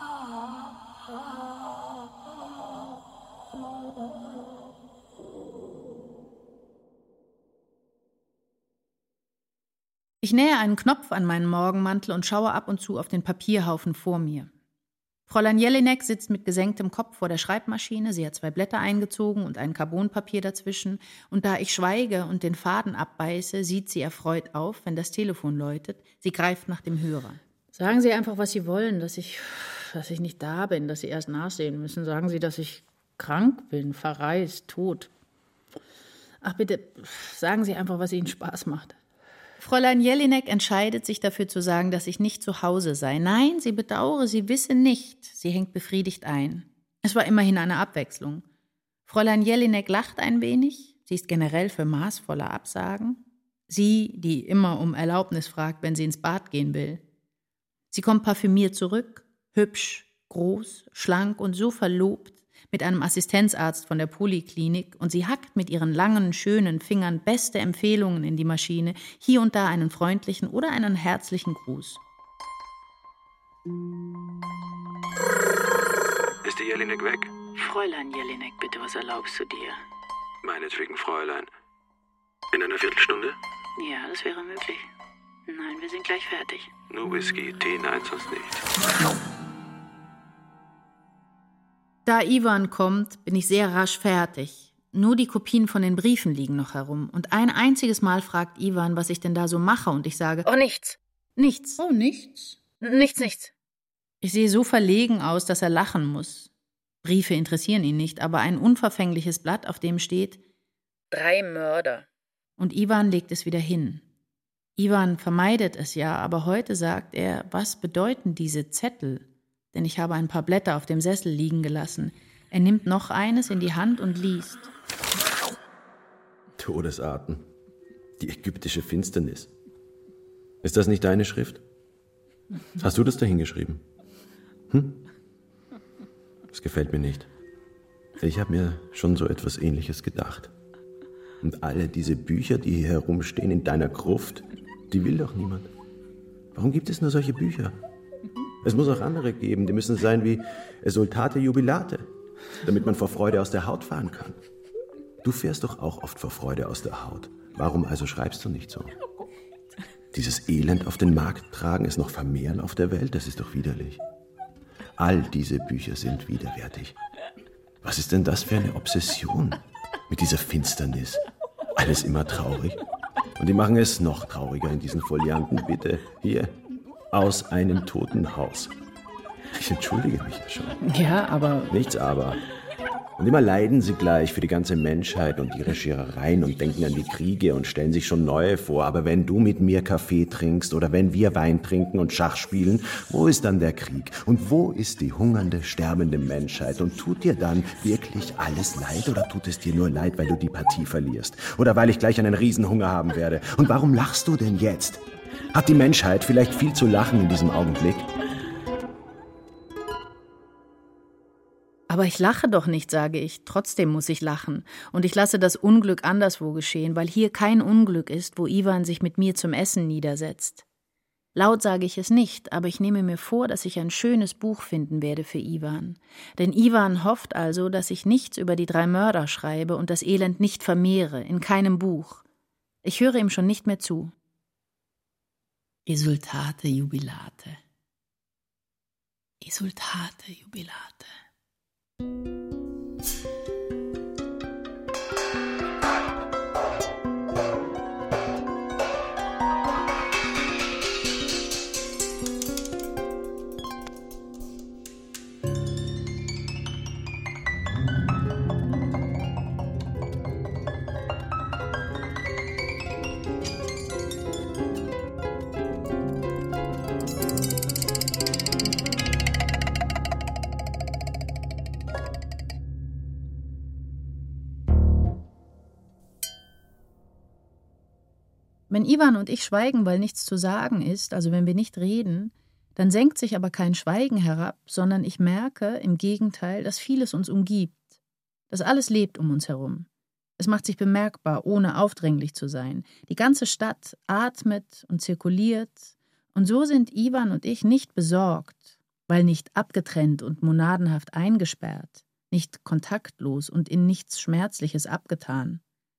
Ich nähe einen Knopf an meinen Morgenmantel und schaue ab und zu auf den Papierhaufen vor mir. Fräulein Jelinek sitzt mit gesenktem Kopf vor der Schreibmaschine. Sie hat 2 Blätter eingezogen und ein Carbonpapier dazwischen. Und da ich schweige und den Faden abbeiße, sieht sie erfreut auf, wenn das Telefon läutet. Sie greift nach dem Hörer. Sagen Sie einfach, was Sie wollen, dass ich nicht da bin, dass Sie erst nachsehen müssen. Sagen Sie, dass ich krank bin, verreist, tot. Ach bitte, sagen Sie einfach, was Ihnen Spaß macht. Fräulein Jelinek entscheidet sich dafür zu sagen, dass ich nicht zu Hause sei. Nein, sie bedauere, sie wisse nicht. Sie hängt befriedigt ein. Es war immerhin eine Abwechslung. Fräulein Jelinek lacht ein wenig. Sie ist generell für maßvolle Absagen. Sie, die immer um Erlaubnis fragt, wenn sie ins Bad gehen will. Sie kommt parfümiert zurück, hübsch, groß, schlank und so verlobt, mit einem Assistenzarzt von der Poliklinik, und sie hackt mit ihren langen, schönen Fingern beste Empfehlungen in die Maschine, hier und da einen freundlichen oder einen herzlichen Gruß. Ist die Jelinek weg? Fräulein Jelinek, bitte, was erlaubst du dir? Meinetwegen, Fräulein. In einer Viertelstunde? Ja, das wäre möglich. Nein, wir sind gleich fertig. Nur Whisky, Tee, nein, sonst nicht. Da Iwan kommt, bin ich sehr rasch fertig. Nur die Kopien von den Briefen liegen noch herum. Und ein einziges Mal fragt Iwan, was ich denn da so mache. Und ich sage, Oh, nichts. nichts. Oh, nichts? Nichts. Ich sehe so verlegen aus, dass er lachen muss. Briefe interessieren ihn nicht, aber ein unverfängliches Blatt, auf dem steht 3 Mörder. Und Iwan legt es wieder hin. Iwan vermeidet es ja, aber heute sagt er, was bedeuten diese Zettel? Denn ich habe ein paar Blätter auf dem Sessel liegen gelassen. Er nimmt noch eines in die Hand und liest. Todesarten. Die ägyptische Finsternis. Ist das nicht deine Schrift? Hast du das da hingeschrieben? Das gefällt mir nicht. Ich habe mir schon so etwas Ähnliches gedacht. Und alle diese Bücher, die hier herumstehen in deiner Gruft, die will doch niemand. Warum gibt es nur solche Bücher? Es muss auch andere geben, die müssen sein wie Resultate Jubilate, damit man vor Freude aus der Haut fahren kann. Du fährst doch auch oft vor Freude aus der Haut. Warum also schreibst du nicht so? Dieses Elend auf den Markt tragen, es noch vermehren auf der Welt, das ist doch widerlich. All diese Bücher sind widerwärtig. Was ist denn das für eine Obsession mit dieser Finsternis? Alles immer traurig. Und die machen es noch trauriger in diesen Folianten. Bitte, hier, aus einem toten Haus. Ich entschuldige mich ja schon. Ja, aber... Nichts aber. Und immer leiden sie gleich für die ganze Menschheit und ihre Scherereien und denken an die Kriege und stellen sich schon neue vor. Aber wenn du mit mir Kaffee trinkst oder wenn wir Wein trinken und Schach spielen, wo ist dann der Krieg? Und wo ist die hungernde, sterbende Menschheit? Und tut dir dann wirklich alles leid oder tut es dir nur leid, weil du die Partie verlierst? Oder weil ich gleich einen Riesenhunger haben werde? Und warum lachst du denn jetzt? Hat die Menschheit vielleicht viel zu lachen in diesem Augenblick? Aber ich lache doch nicht, sage ich. Trotzdem muss ich lachen. Und ich lasse das Unglück anderswo geschehen, weil hier kein Unglück ist, wo Iwan sich mit mir zum Essen niedersetzt. Laut sage ich es nicht, aber ich nehme mir vor, dass ich ein schönes Buch finden werde für Iwan. Denn Iwan hofft also, dass ich nichts über die 3 Mörder schreibe und das Elend nicht vermehre, in keinem Buch. Ich höre ihm schon nicht mehr zu. Resultate Jubilate. Resultate Jubilate. Wenn Iwan und ich schweigen, weil nichts zu sagen ist, also wenn wir nicht reden, dann senkt sich aber kein Schweigen herab, sondern ich merke im Gegenteil, dass vieles uns umgibt, dass alles lebt um uns herum. Es macht sich bemerkbar, ohne aufdringlich zu sein. Die ganze Stadt atmet und zirkuliert, und so sind Iwan und ich nicht besorgt, weil nicht abgetrennt und monadenhaft eingesperrt, nicht kontaktlos und in nichts Schmerzliches abgetan.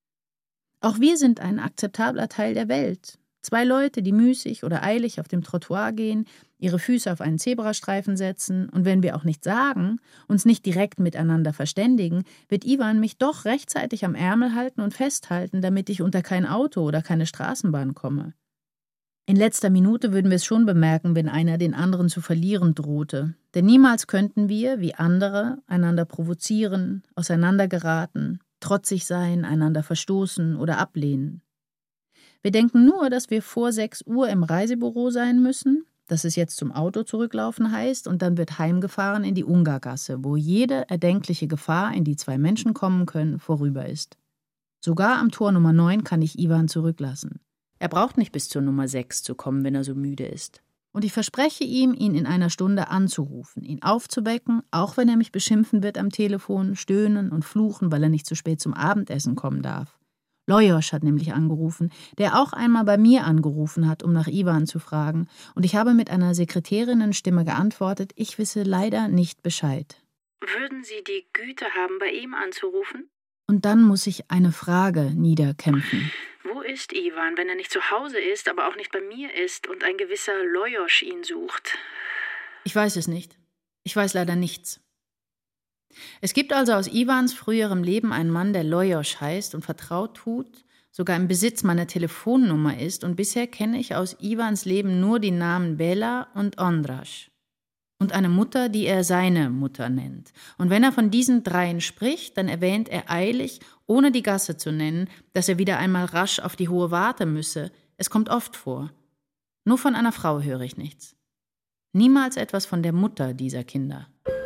Auch wir sind ein akzeptabler Teil der Welt. 2 Leute, die müßig oder eilig auf dem Trottoir gehen, ihre Füße auf einen Zebrastreifen setzen und wenn wir auch nichts sagen, uns nicht direkt miteinander verständigen, wird Iwan mich doch rechtzeitig am Ärmel halten und festhalten, damit ich unter kein Auto oder keine Straßenbahn komme. In letzter Minute würden wir es schon bemerken, wenn einer den anderen zu verlieren drohte. Denn niemals könnten wir, wie andere, einander provozieren, auseinandergeraten, trotzig sein, einander verstoßen oder ablehnen. Wir denken nur, dass wir vor 6 Uhr im Reisebüro sein müssen, dass es jetzt zum Auto zurücklaufen heißt und dann wird heimgefahren in die Ungargasse, wo jede erdenkliche Gefahr, in die 2 Menschen kommen können, vorüber ist. Sogar am Tor Nummer 9 kann ich Iwan zurücklassen. Er braucht nicht bis zur Nummer 6 zu kommen, wenn er so müde ist. Und ich verspreche ihm, ihn in einer Stunde anzurufen, ihn aufzuwecken, auch wenn er mich beschimpfen wird am Telefon, stöhnen und fluchen, weil er nicht zu spät zum Abendessen kommen darf. Lajos hat nämlich angerufen, der auch einmal bei mir angerufen hat, um nach Iwan zu fragen, und ich habe mit einer Sekretärinnenstimme geantwortet, ich wisse leider nicht Bescheid. Würden Sie die Güte haben, bei ihm anzurufen? Und dann muss ich eine Frage niederkämpfen. Wo ist Iwan, wenn er nicht zu Hause ist, aber auch nicht bei mir ist und ein gewisser Lajos ihn sucht? Ich weiß es nicht. Ich weiß leider nichts. Es gibt also aus Iwans früherem Leben einen Mann, der Lajos heißt und vertraut tut, sogar im Besitz meiner Telefonnummer ist, und bisher kenne ich aus Iwans Leben nur die Namen Bela und Ondras. Und eine Mutter, die er seine Mutter nennt. Und wenn er von diesen dreien spricht, dann erwähnt er eilig, ohne die Gasse zu nennen, dass er wieder einmal rasch auf die Hohe Warte müsse. Es kommt oft vor. Nur von einer Frau höre ich nichts. Niemals etwas von der Mutter dieser Kinder.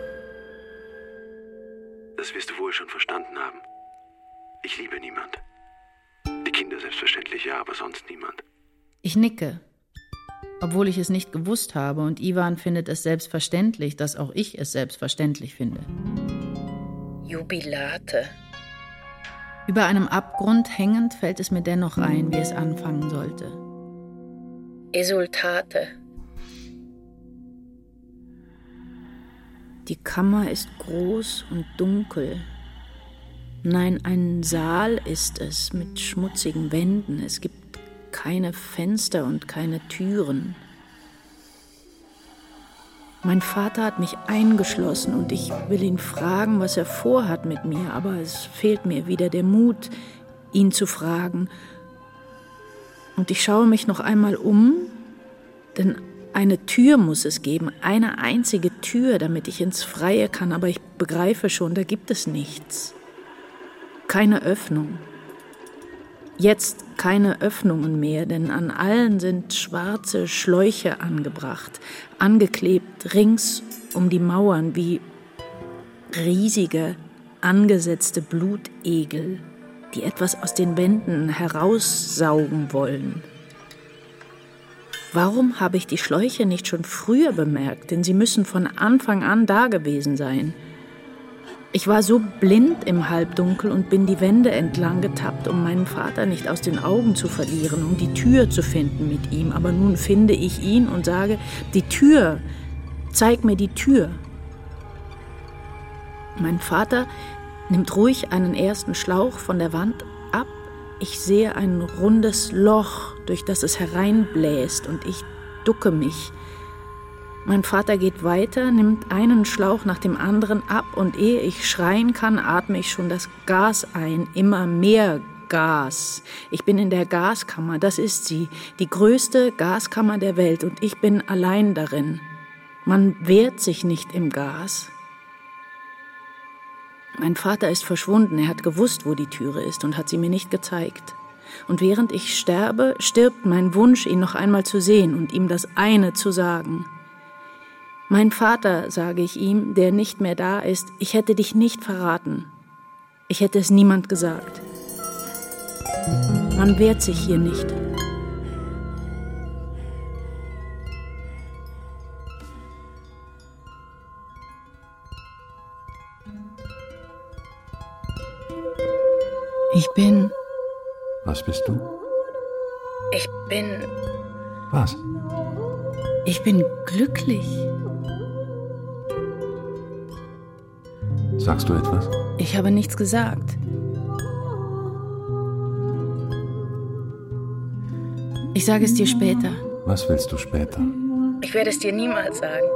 Das wirst du wohl schon verstanden haben. Ich liebe niemand. Die Kinder selbstverständlich ja, aber sonst niemand. Ich nicke, obwohl ich es nicht gewusst habe, und Iwan findet es selbstverständlich, dass auch ich es selbstverständlich finde. Jubilate. Über einem Abgrund hängend fällt es mir dennoch ein, wie es anfangen sollte. Resultate. Die Kammer ist groß und dunkel. Nein, ein Saal ist es mit schmutzigen Wänden. Es gibt keine Fenster und keine Türen. Mein Vater hat mich eingeschlossen und ich will ihn fragen, was er vorhat mit mir, aber es fehlt mir wieder der Mut, ihn zu fragen. Und ich schaue mich noch einmal um, denn eine Tür muss es geben, eine einzige Tür, damit ich ins Freie kann, aber ich begreife schon, da gibt es nichts. Keine Öffnung. Jetzt keine Öffnungen mehr, denn an allen sind schwarze Schläuche angebracht, angeklebt rings um die Mauern wie riesige, angesetzte Blutegel, die etwas aus den Wänden heraussaugen wollen. Warum habe ich die Schläuche nicht schon früher bemerkt? Denn sie müssen von Anfang an da gewesen sein. Ich war so blind im Halbdunkel und bin die Wände entlang getappt, um meinen Vater nicht aus den Augen zu verlieren, um die Tür zu finden mit ihm. Aber nun finde ich ihn und sage, die Tür, zeig mir die Tür. Mein Vater nimmt ruhig einen ersten Schlauch von der Wand ab. Ich sehe ein rundes Loch, durch das es hereinbläst, und ich ducke mich. Mein Vater geht weiter, nimmt einen Schlauch nach dem anderen ab, und ehe ich schreien kann, atme ich schon das Gas ein, immer mehr Gas. Ich bin in der Gaskammer, das ist sie, die größte Gaskammer der Welt, und ich bin allein darin. Man wehrt sich nicht im Gas. Mein Vater ist verschwunden, er hat gewusst, wo die Türe ist, und hat sie mir nicht gezeigt. Und während ich sterbe, stirbt mein Wunsch, ihn noch einmal zu sehen und ihm das eine zu sagen. Mein Vater, sage ich ihm, der nicht mehr da ist, ich hätte dich nicht verraten. Ich hätte es niemand gesagt. Man wehrt sich hier nicht. Ich bin... Was bist du? Ich bin... Was? Ich bin glücklich. Sagst du etwas? Ich habe nichts gesagt. Ich sage es dir später. Was willst du später? Ich werde es dir niemals sagen.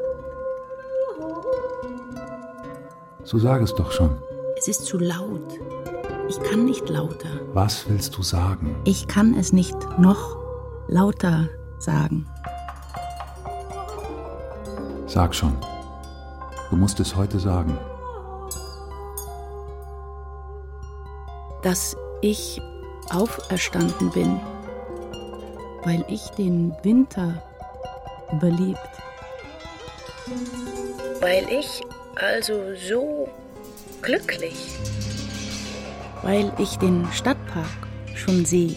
So sag es doch schon. Es ist zu laut. Ich kann nicht lauter. Was willst du sagen? Ich kann es nicht noch lauter sagen. Sag schon. Du musst es heute sagen. Dass ich auferstanden bin, weil ich den Winter überlebt. Weil ich also so glücklich. Weil ich den Stadtpark schon sehe.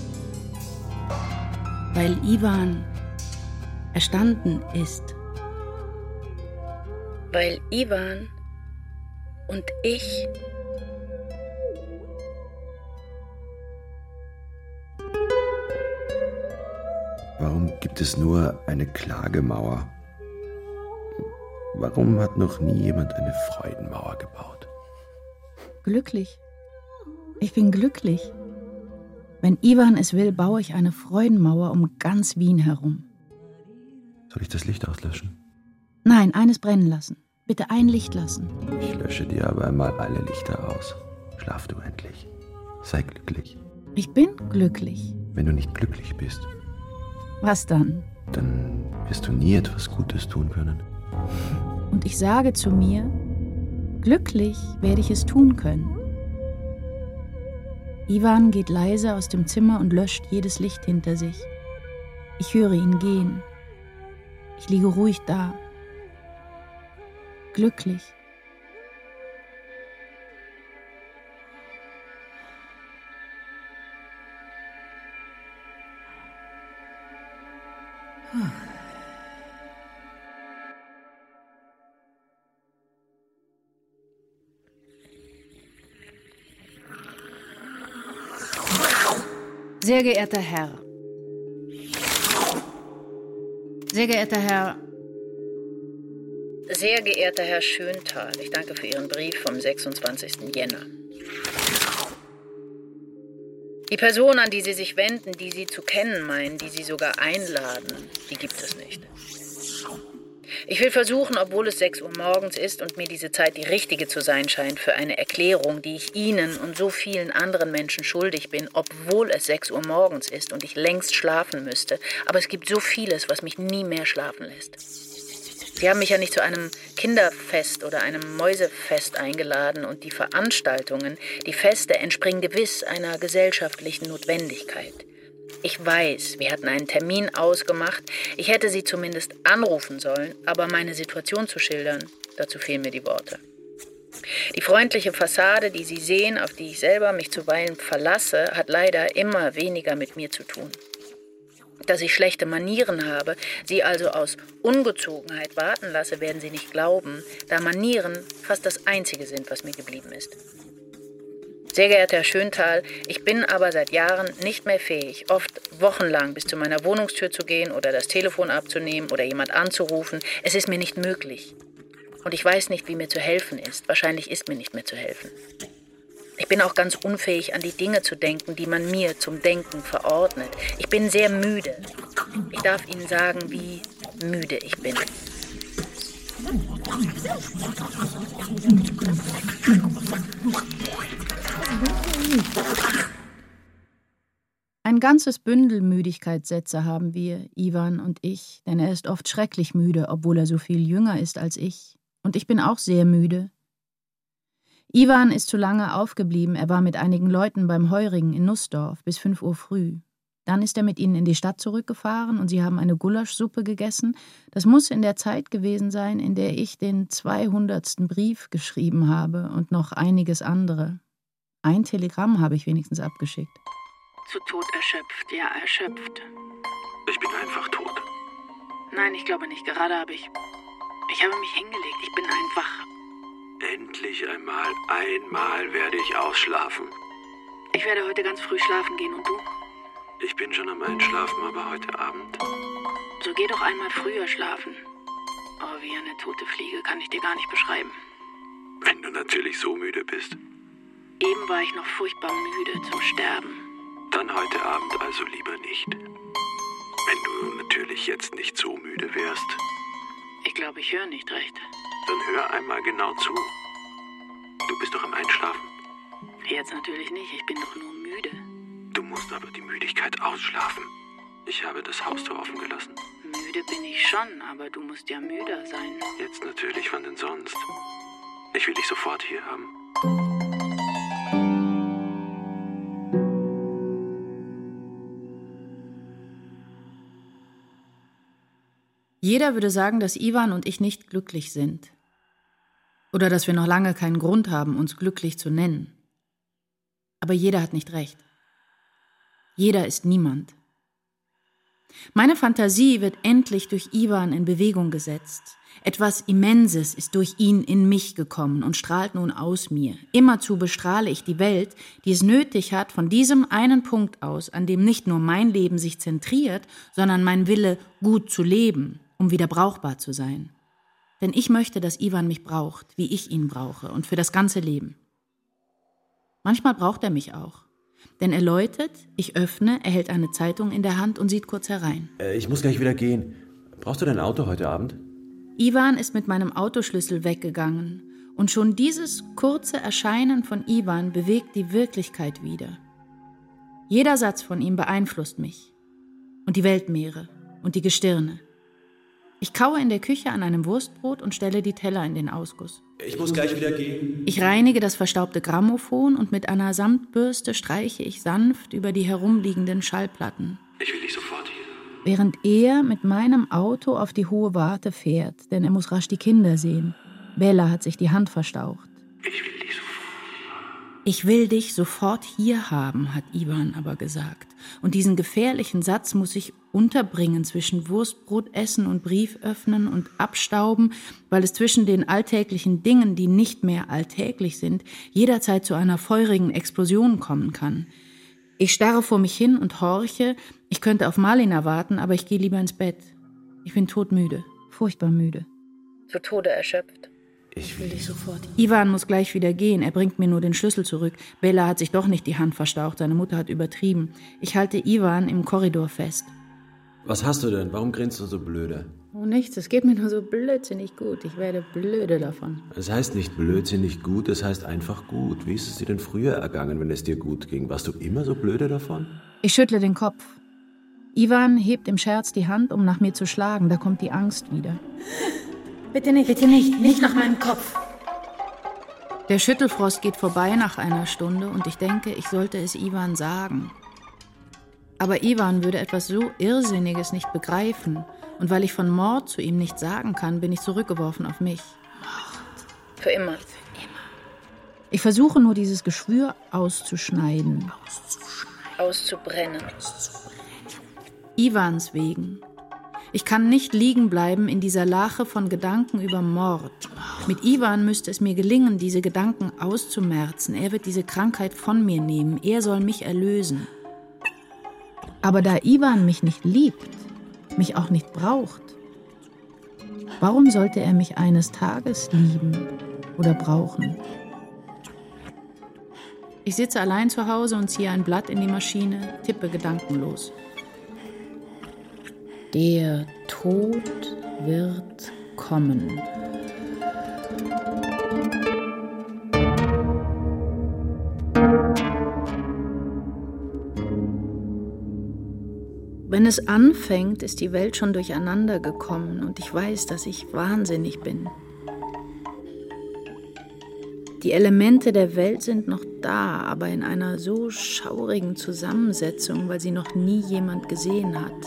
Weil Iwan erstanden ist. Weil Iwan und ich... Warum gibt es nur eine Klagemauer? Warum hat noch nie jemand eine Freudenmauer gebaut? Glücklich. Ich bin glücklich. Wenn Iwan es will, baue ich eine Freudenmauer um ganz Wien herum. Soll ich das Licht auslöschen? Nein, eines brennen lassen. Bitte ein Licht lassen. Ich lösche dir aber einmal alle Lichter aus. Schlaf du endlich. Sei glücklich. Ich bin glücklich. Wenn du nicht glücklich bist, Was dann? dann wirst du nie etwas Gutes tun können. Und ich sage zu mir, glücklich werde ich es tun können. Iwan geht leise aus dem Zimmer und löscht jedes Licht hinter sich. Ich höre ihn gehen. Ich liege ruhig da. Glücklich. Sehr geehrter Herr. Sehr geehrter Herr. Sehr geehrter Herr Schöntal, ich danke für Ihren Brief vom 26. Jänner. Die Person, an die Sie sich wenden, die Sie zu kennen meinen, die Sie sogar einladen, die gibt es nicht. Ich will versuchen, obwohl es 6 Uhr morgens ist und mir diese Zeit die richtige zu sein scheint, für eine Erklärung, die ich Ihnen und so vielen anderen Menschen schuldig bin, obwohl es 6 Uhr morgens ist und ich längst schlafen müsste. Aber es gibt so vieles, was mich nie mehr schlafen lässt. Sie haben mich ja nicht zu einem Kinderfest oder einem Mäusefest eingeladen und die Veranstaltungen, die Feste entspringen gewiss einer gesellschaftlichen Notwendigkeit. Ich weiß, wir hatten einen Termin ausgemacht, ich hätte Sie zumindest anrufen sollen, aber meine Situation zu schildern, dazu fehlen mir die Worte. Die freundliche Fassade, die Sie sehen, auf die ich selber mich zuweilen verlasse, hat leider immer weniger mit mir zu tun. Dass ich schlechte Manieren habe, Sie also aus Ungezogenheit warten lasse, werden Sie nicht glauben, da Manieren fast das Einzige sind, was mir geblieben ist. Sehr geehrter Herr Schöntal, ich bin aber seit Jahren nicht mehr fähig, oft wochenlang bis zu meiner Wohnungstür zu gehen oder das Telefon abzunehmen oder jemand anzurufen. Es ist mir nicht möglich. Und ich weiß nicht, wie mir zu helfen ist. Wahrscheinlich ist mir nicht mehr zu helfen. Ich bin auch ganz unfähig, an die Dinge zu denken, die man mir zum Denken verordnet. Ich bin sehr müde. Ich darf Ihnen sagen, wie müde ich bin. Ein ganzes Bündel Müdigkeitssätze haben wir, Iwan und ich, denn er ist oft schrecklich müde, obwohl er so viel jünger ist als ich. Und ich bin auch sehr müde. Iwan ist zu lange aufgeblieben, er war mit einigen Leuten beim Heurigen in Nussdorf bis 5 Uhr früh. Dann ist er mit ihnen in die Stadt zurückgefahren und sie haben eine Gulaschsuppe gegessen. Das muss in der Zeit gewesen sein, in der ich den 200. Brief geschrieben habe und noch einiges andere. Ein Telegramm habe ich wenigstens abgeschickt. Zu Tod erschöpft, ja, erschöpft. Ich bin einfach tot. Nein, ich glaube nicht. Gerade habe ich mich hingelegt. Ich bin einfach. Endlich einmal werde ich ausschlafen. Ich werde heute ganz früh schlafen gehen und du? Ich bin schon am Einschlafen, aber heute Abend. So geh doch einmal früher schlafen. Oh, wie eine tote Fliege, kann ich dir gar nicht beschreiben. Wenn du natürlich so müde bist. Eben war ich noch furchtbar müde zum Sterben. Dann heute Abend also lieber nicht. Wenn du natürlich jetzt nicht so müde wärst. Ich glaube, ich höre nicht recht. Dann hör einmal genau zu. Du bist doch am Einschlafen. Jetzt natürlich nicht, ich bin doch nur müde. Du musst aber die Müdigkeit ausschlafen. Ich habe das Haustor offen gelassen. Müde bin ich schon, aber du musst ja müder sein. Jetzt natürlich, wann denn sonst? Ich will dich sofort hier haben. Jeder würde sagen, dass Iwan und ich nicht glücklich sind. Oder dass wir noch lange keinen Grund haben, uns glücklich zu nennen. Aber jeder hat nicht recht. Jeder ist niemand. Meine Fantasie wird endlich durch Iwan in Bewegung gesetzt. Etwas Immenses ist durch ihn in mich gekommen und strahlt nun aus mir. Immerzu bestrahle ich die Welt, die es nötig hat, von diesem einen Punkt aus, an dem nicht nur mein Leben sich zentriert, sondern mein Wille, gut zu leben, um wieder brauchbar zu sein. Denn ich möchte, dass Iwan mich braucht, wie ich ihn brauche und für das ganze Leben. Manchmal braucht er mich auch. Denn er läutet, ich öffne, er hält eine Zeitung in der Hand und sieht kurz herein. Ich muss gleich wieder gehen. Brauchst du dein Auto heute Abend? Iwan ist mit meinem Autoschlüssel weggegangen. Und schon dieses kurze Erscheinen von Iwan bewegt die Wirklichkeit wieder. Jeder Satz von ihm beeinflusst mich. Und die Weltmeere und die Gestirne. Ich kaue in der Küche an einem Wurstbrot und stelle die Teller in den Ausguss. Ich muss gleich wieder gehen. Ich reinige das verstaubte Grammophon und mit einer Samtbürste streiche ich sanft über die herumliegenden Schallplatten. Ich will dich sofort hier. Während er mit meinem Auto auf die hohe Warte fährt, denn er muss rasch die Kinder sehen. Bella hat sich die Hand verstaucht. Ich will dich sofort hier haben, hat Iwan aber gesagt. Und diesen gefährlichen Satz muss ich unterbringen zwischen Wurstbrotessen und Brief öffnen und abstauben, weil es zwischen den alltäglichen Dingen, die nicht mehr alltäglich sind, jederzeit zu einer feurigen Explosion kommen kann. Ich starre vor mich hin und horche. Ich könnte auf Marlina warten, aber ich gehe lieber ins Bett. Ich bin todmüde, furchtbar müde. Zu Tode erschöpft. Ich will dich sofort. Iwan muss gleich wieder gehen. Er bringt mir nur den Schlüssel zurück. Bella hat sich doch nicht die Hand verstaucht. Seine Mutter hat übertrieben. Ich halte Iwan im Korridor fest. Was hast du denn? Warum grinst du so blöde? Oh, nichts. Es geht mir nur so blödsinnig gut. Ich werde blöde davon. Es heißt nicht blödsinnig gut, es heißt einfach gut. Wie ist es dir denn früher ergangen, wenn es dir gut ging? Warst du immer so blöde davon? Ich schüttle den Kopf. Iwan hebt im Scherz die Hand, um nach mir zu schlagen. Da kommt die Angst wieder. Bitte nicht nach meinem Kopf. Der Schüttelfrost geht vorbei nach einer Stunde und ich denke, ich sollte es Iwan sagen. Aber Iwan würde etwas so Irrsinniges nicht begreifen. Und weil ich von Mord zu ihm nichts sagen kann, bin ich zurückgeworfen auf mich. Mord. Für immer. Ich versuche nur, dieses Geschwür auszuschneiden. Auszubrennen. Iwans wegen. Ich kann nicht liegen bleiben in dieser Lache von Gedanken über Mord. Mit Iwan müsste es mir gelingen, diese Gedanken auszumerzen. Er wird diese Krankheit von mir nehmen. Er soll mich erlösen. Aber da Iwan mich nicht liebt, mich auch nicht braucht, warum sollte er mich eines Tages lieben oder brauchen? Ich sitze allein zu Hause und ziehe ein Blatt in die Maschine, tippe gedankenlos. Der Tod wird kommen. Wenn es anfängt, ist die Welt schon durcheinander gekommen und ich weiß, dass ich wahnsinnig bin. Die Elemente der Welt sind noch da, aber in einer so schaurigen Zusammensetzung, weil sie noch nie jemand gesehen hat.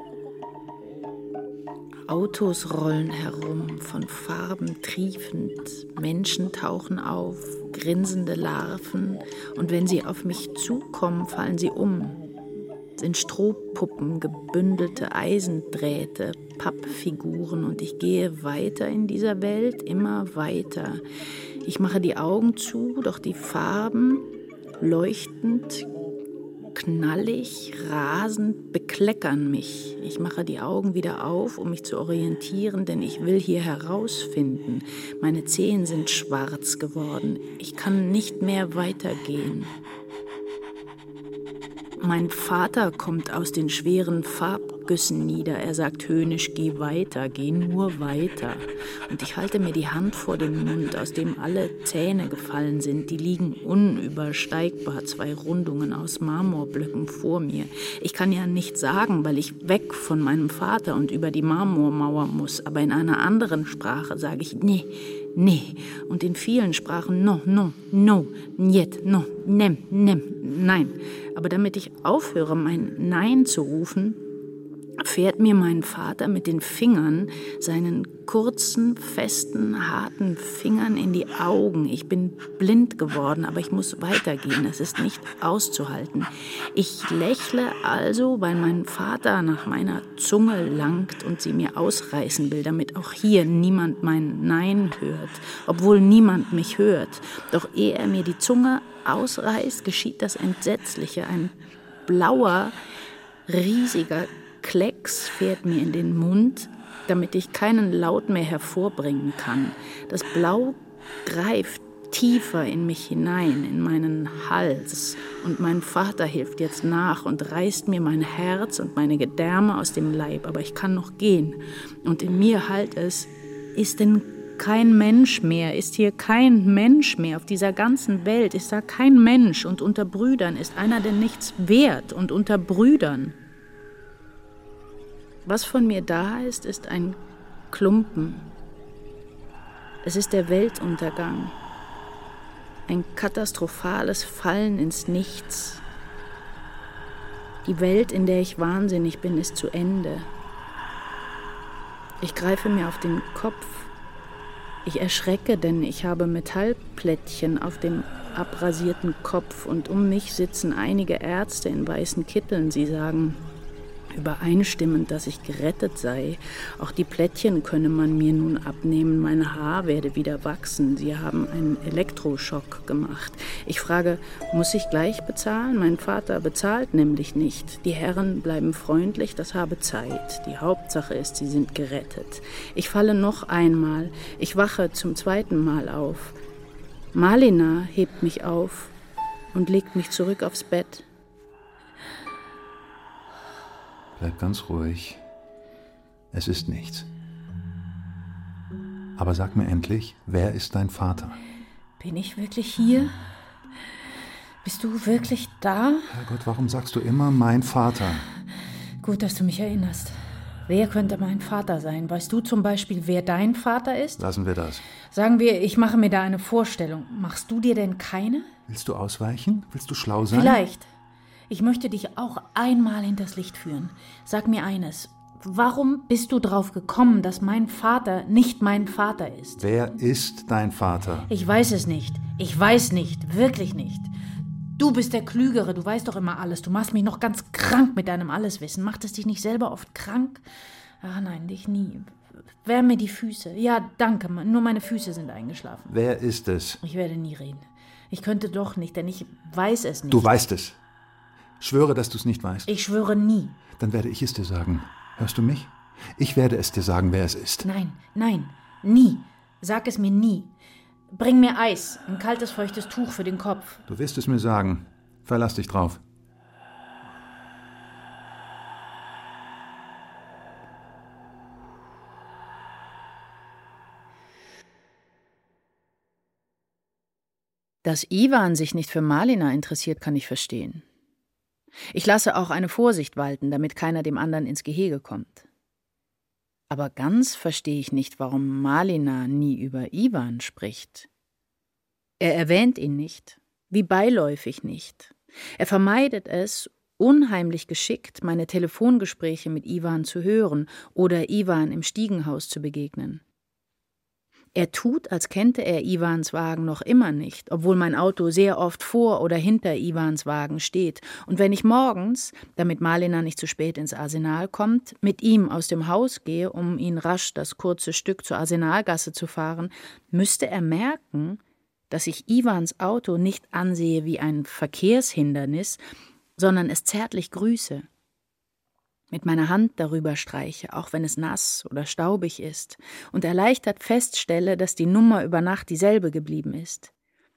Autos rollen herum, von Farben triefend, Menschen tauchen auf, grinsende Larven, und wenn sie auf mich zukommen, fallen sie um. Sind Strohpuppen, gebündelte Eisendrähte, Pappfiguren, und ich gehe weiter in dieser Welt, immer weiter. Ich mache die Augen zu, doch die Farben, leuchtend, knallig, rasend, bekleckern mich. Ich mache die Augen wieder auf, um mich zu orientieren, denn ich will hier herausfinden. Meine Zehen sind schwarz geworden. Ich kann nicht mehr weitergehen. Mein Vater kommt aus den schweren Farbgüssen nieder. Er sagt höhnisch, geh weiter, geh nur weiter. Und ich halte mir die Hand vor den Mund, aus dem alle Zähne gefallen sind. Die liegen unübersteigbar, 2 Rundungen aus Marmorblöcken vor mir. Ich kann ja nichts sagen, weil ich weg von meinem Vater und über die Marmormauer muss. Aber in einer anderen Sprache sage ich nee. Nee, und in vielen Sprachen no, niet, no, nem, nein. Aber damit ich aufhöre, mein Nein zu rufen, fährt mir mein Vater mit den Fingern, seinen kurzen, festen, harten Fingern in die Augen. Ich bin blind geworden, aber ich muss weitergehen. Es ist nicht auszuhalten. Ich lächle also, weil mein Vater nach meiner Zunge langt und sie mir ausreißen will, damit auch hier niemand mein Nein hört, obwohl niemand mich hört. Doch ehe er mir die Zunge ausreißt, geschieht das Entsetzliche. Ein blauer, riesiger Klecks fährt mir in den Mund, damit ich keinen Laut mehr hervorbringen kann. Das Blau greift tiefer in mich hinein, in meinen Hals. Und mein Vater hilft jetzt nach und reißt mir mein Herz und meine Gedärme aus dem Leib. Aber ich kann noch gehen. Und in mir halt es, ist denn kein Mensch mehr, ist hier kein Mensch mehr auf dieser ganzen Welt, ist da kein Mensch. Und unter Brüdern ist einer denn nichts wert und unter Brüdern. Was von mir da ist, ist ein Klumpen. Es ist der Weltuntergang. Ein katastrophales Fallen ins Nichts. Die Welt, in der ich wahnsinnig bin, ist zu Ende. Ich greife mir auf den Kopf. Ich erschrecke, denn ich habe Metallplättchen auf dem abrasierten Kopf und um mich sitzen einige Ärzte in weißen Kitteln. Sie sagen übereinstimmend, dass ich gerettet sei. Auch die Plättchen könne man mir nun abnehmen, mein Haar werde wieder wachsen. Sie haben einen Elektroschock gemacht. Ich frage, muss ich gleich bezahlen? Mein Vater bezahlt nämlich nicht. Die Herren bleiben freundlich, das habe Zeit. Die Hauptsache ist, sie sind gerettet. Ich falle noch einmal. Ich wache zum zweiten Mal auf. Malina hebt mich auf und legt mich zurück aufs Bett. Bleib ganz ruhig. Es ist nichts. Aber sag mir endlich, wer ist dein Vater? Bin ich wirklich hier? Bist du wirklich da? Herrgott, warum sagst du immer mein Vater? Gut, dass du mich erinnerst. Wer könnte mein Vater sein? Weißt du zum Beispiel, wer dein Vater ist? Lassen wir das. Sagen wir, ich mache mir da eine Vorstellung. Machst du dir denn keine? Willst du ausweichen? Willst du schlau sein? Vielleicht. Ich möchte dich auch einmal hinters Licht führen. Sag mir eines. Warum bist du drauf gekommen, dass mein Vater nicht mein Vater ist? Wer ist dein Vater? Ich weiß es nicht. Ich weiß nicht. Wirklich nicht. Du bist der Klügere. Du weißt doch immer alles. Du machst mich noch ganz krank mit deinem Alleswissen. Macht es dich nicht selber oft krank? Ach nein, dich nie. Wärm mir die Füße. Ja, danke. Nur meine Füße sind eingeschlafen. Wer ist es? Ich werde nie reden. Ich könnte doch nicht, denn ich weiß es nicht. Du weißt es. Schwöre, dass du es nicht weißt. Ich schwöre nie. Dann werde ich es dir sagen. Hörst du mich? Ich werde es dir sagen, wer es ist. Nein, nein, nie. Sag es mir nie. Bring mir Eis, ein kaltes, feuchtes Tuch für den Kopf. Du wirst es mir sagen. Verlass dich drauf. Dass Iwan sich nicht für Malina interessiert, kann ich verstehen. Ich lasse auch eine Vorsicht walten, damit keiner dem anderen ins Gehege kommt. Aber ganz verstehe ich nicht, warum Malina nie über Iwan spricht. Er erwähnt ihn nicht, wie beiläufig nicht. Er vermeidet es, unheimlich geschickt meine Telefongespräche mit Iwan zu hören oder Iwan im Stiegenhaus zu begegnen. Er tut, als kennte er Iwans Wagen noch immer nicht, obwohl mein Auto sehr oft vor oder hinter Iwans Wagen steht. Und wenn ich morgens, damit Malina nicht zu spät ins Arsenal kommt, mit ihm aus dem Haus gehe, um ihn rasch das kurze Stück zur Arsenalgasse zu fahren, müsste er merken, dass ich Iwans Auto nicht ansehe wie ein Verkehrshindernis, sondern es zärtlich grüße. Mit meiner Hand darüber streiche, auch wenn es nass oder staubig ist, und erleichtert feststelle, dass die Nummer über Nacht dieselbe geblieben ist.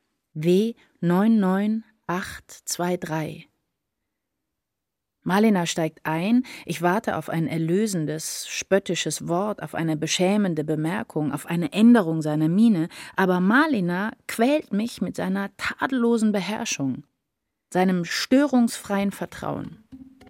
W99823. Malina steigt ein, ich warte auf ein erlösendes, spöttisches Wort, auf eine beschämende Bemerkung, auf eine Änderung seiner Miene, aber Malina quält mich mit seiner tadellosen Beherrschung, seinem störungsfreien Vertrauen.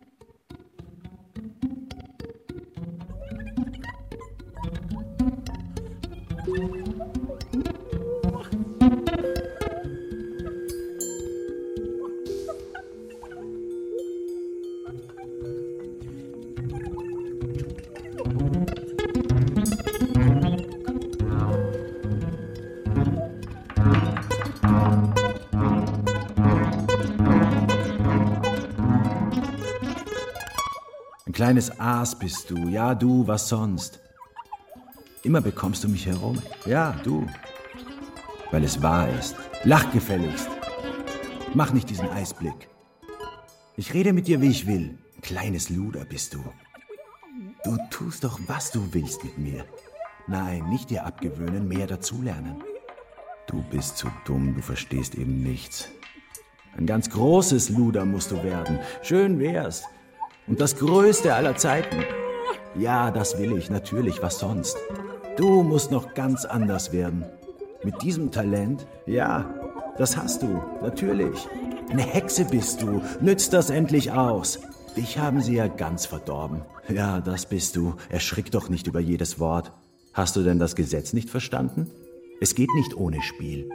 Ein kleines Aas bist du. Ja, du, was sonst? Immer bekommst du mich herum. Ja, du. Weil es wahr ist. Lach gefälligst. Mach nicht diesen Eisblick. Ich rede mit dir, wie ich will. Ein kleines Luder bist du. Du tust doch, was du willst mit mir. Nein, nicht dir abgewöhnen, mehr dazulernen. Du bist zu dumm, du verstehst eben nichts. Ein ganz großes Luder musst du werden. Schön wär's. Und das Größte aller Zeiten. Ja, das will ich, natürlich, was sonst. Du musst noch ganz anders werden. Mit diesem Talent? Ja, das hast du, natürlich. Eine Hexe bist du, nützt das endlich aus. Dich haben sie ja ganz verdorben. Ja, das bist du. Erschrick doch nicht über jedes Wort. Hast du denn das Gesetz nicht verstanden? Es geht nicht ohne Spiel.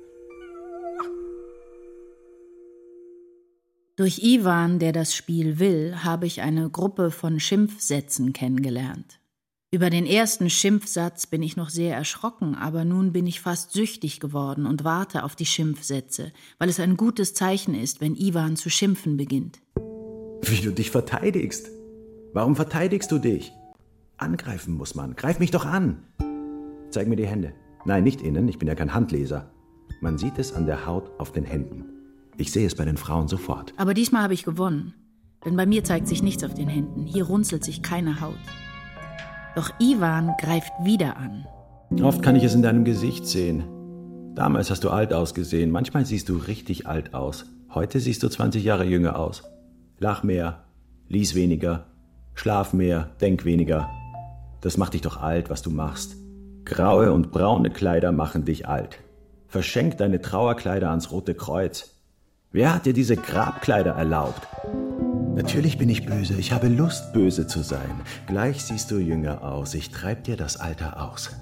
Durch Iwan, der das Spiel will, habe ich eine Gruppe von Schimpfsätzen kennengelernt. Über den ersten Schimpfsatz bin ich noch sehr erschrocken, aber nun bin ich fast süchtig geworden und warte auf die Schimpfsätze, weil es ein gutes Zeichen ist, wenn Iwan zu schimpfen beginnt. Wie du dich verteidigst. Warum verteidigst du dich? Angreifen muss man. Greif mich doch an. Zeig mir die Hände. Nein, nicht innen, ich bin ja kein Handleser. Man sieht es an der Haut auf den Händen. Ich sehe es bei den Frauen sofort. Aber diesmal habe ich gewonnen. Denn bei mir zeigt sich nichts auf den Händen. Hier runzelt sich keine Haut. Doch Iwan greift wieder an. Oft kann ich es in deinem Gesicht sehen. Damals hast du alt ausgesehen. Manchmal siehst du richtig alt aus. Heute siehst du 20 Jahre jünger aus. Lach mehr, lies weniger, schlaf mehr, denk weniger. Das macht dich doch alt, was du machst. Graue und braune Kleider machen dich alt. Verschenk deine Trauerkleider ans Rote Kreuz. Wer hat dir diese Grabkleider erlaubt? Natürlich bin ich böse, ich habe Lust, böse zu sein. Gleich siehst du jünger aus, ich treib dir das Alter aus.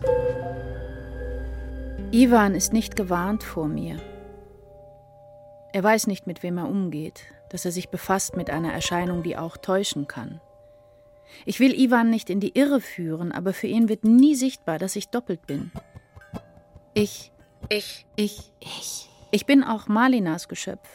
Iwan ist nicht gewarnt vor mir. Er weiß nicht, mit wem er umgeht, dass er sich befasst mit einer Erscheinung, die auch täuschen kann. Ich will Iwan nicht in die Irre führen, aber für ihn wird nie sichtbar, dass ich doppelt bin. Ich bin auch Malinas Geschöpf.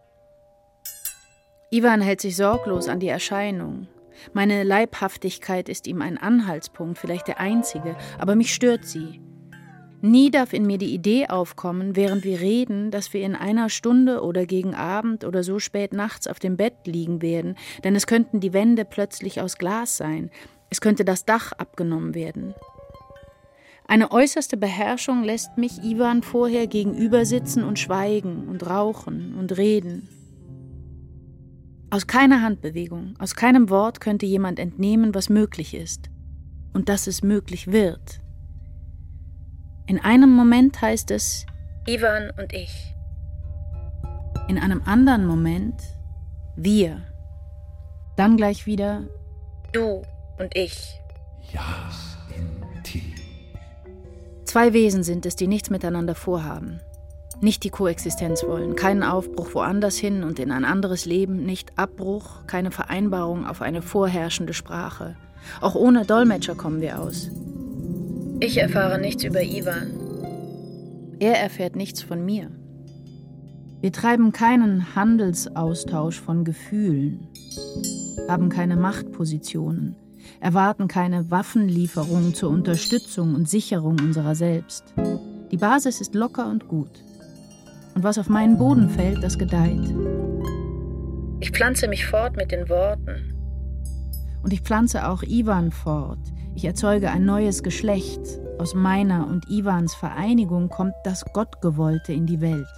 Iwan hält sich sorglos an die Erscheinung. Meine Leibhaftigkeit ist ihm ein Anhaltspunkt, vielleicht der einzige, aber mich stört sie. Nie darf in mir die Idee aufkommen, während wir reden, dass wir in einer Stunde oder gegen Abend oder so spät nachts auf dem Bett liegen werden, denn es könnten die Wände plötzlich aus Glas sein, es könnte das Dach abgenommen werden. Eine äußerste Beherrschung lässt mich Iwan vorher gegenüber sitzen und schweigen und rauchen und reden. Aus keiner Handbewegung, aus keinem Wort könnte jemand entnehmen, was möglich ist und dass es möglich wird. In einem Moment heißt es Iwan und ich. In einem anderen Moment wir. Dann gleich wieder Du und ich. Jas in Ti. Zwei Wesen sind es, die nichts miteinander vorhaben. Nicht die Koexistenz wollen, keinen Aufbruch woanders hin und in ein anderes Leben, nicht Abbruch, keine Vereinbarung auf eine vorherrschende Sprache. Auch ohne Dolmetscher kommen wir aus. Ich erfahre nichts über Iwan. Er erfährt nichts von mir. Wir treiben keinen Handelsaustausch von Gefühlen, haben keine Machtpositionen, erwarten keine Waffenlieferungen zur Unterstützung und Sicherung unserer selbst. Die Basis ist locker und gut. Und was auf meinen Boden fällt, das gedeiht. Ich pflanze mich fort mit den Worten. Und ich pflanze auch Iwan fort. Ich erzeuge ein neues Geschlecht. Aus meiner und Iwans Vereinigung kommt das Gottgewollte in die Welt.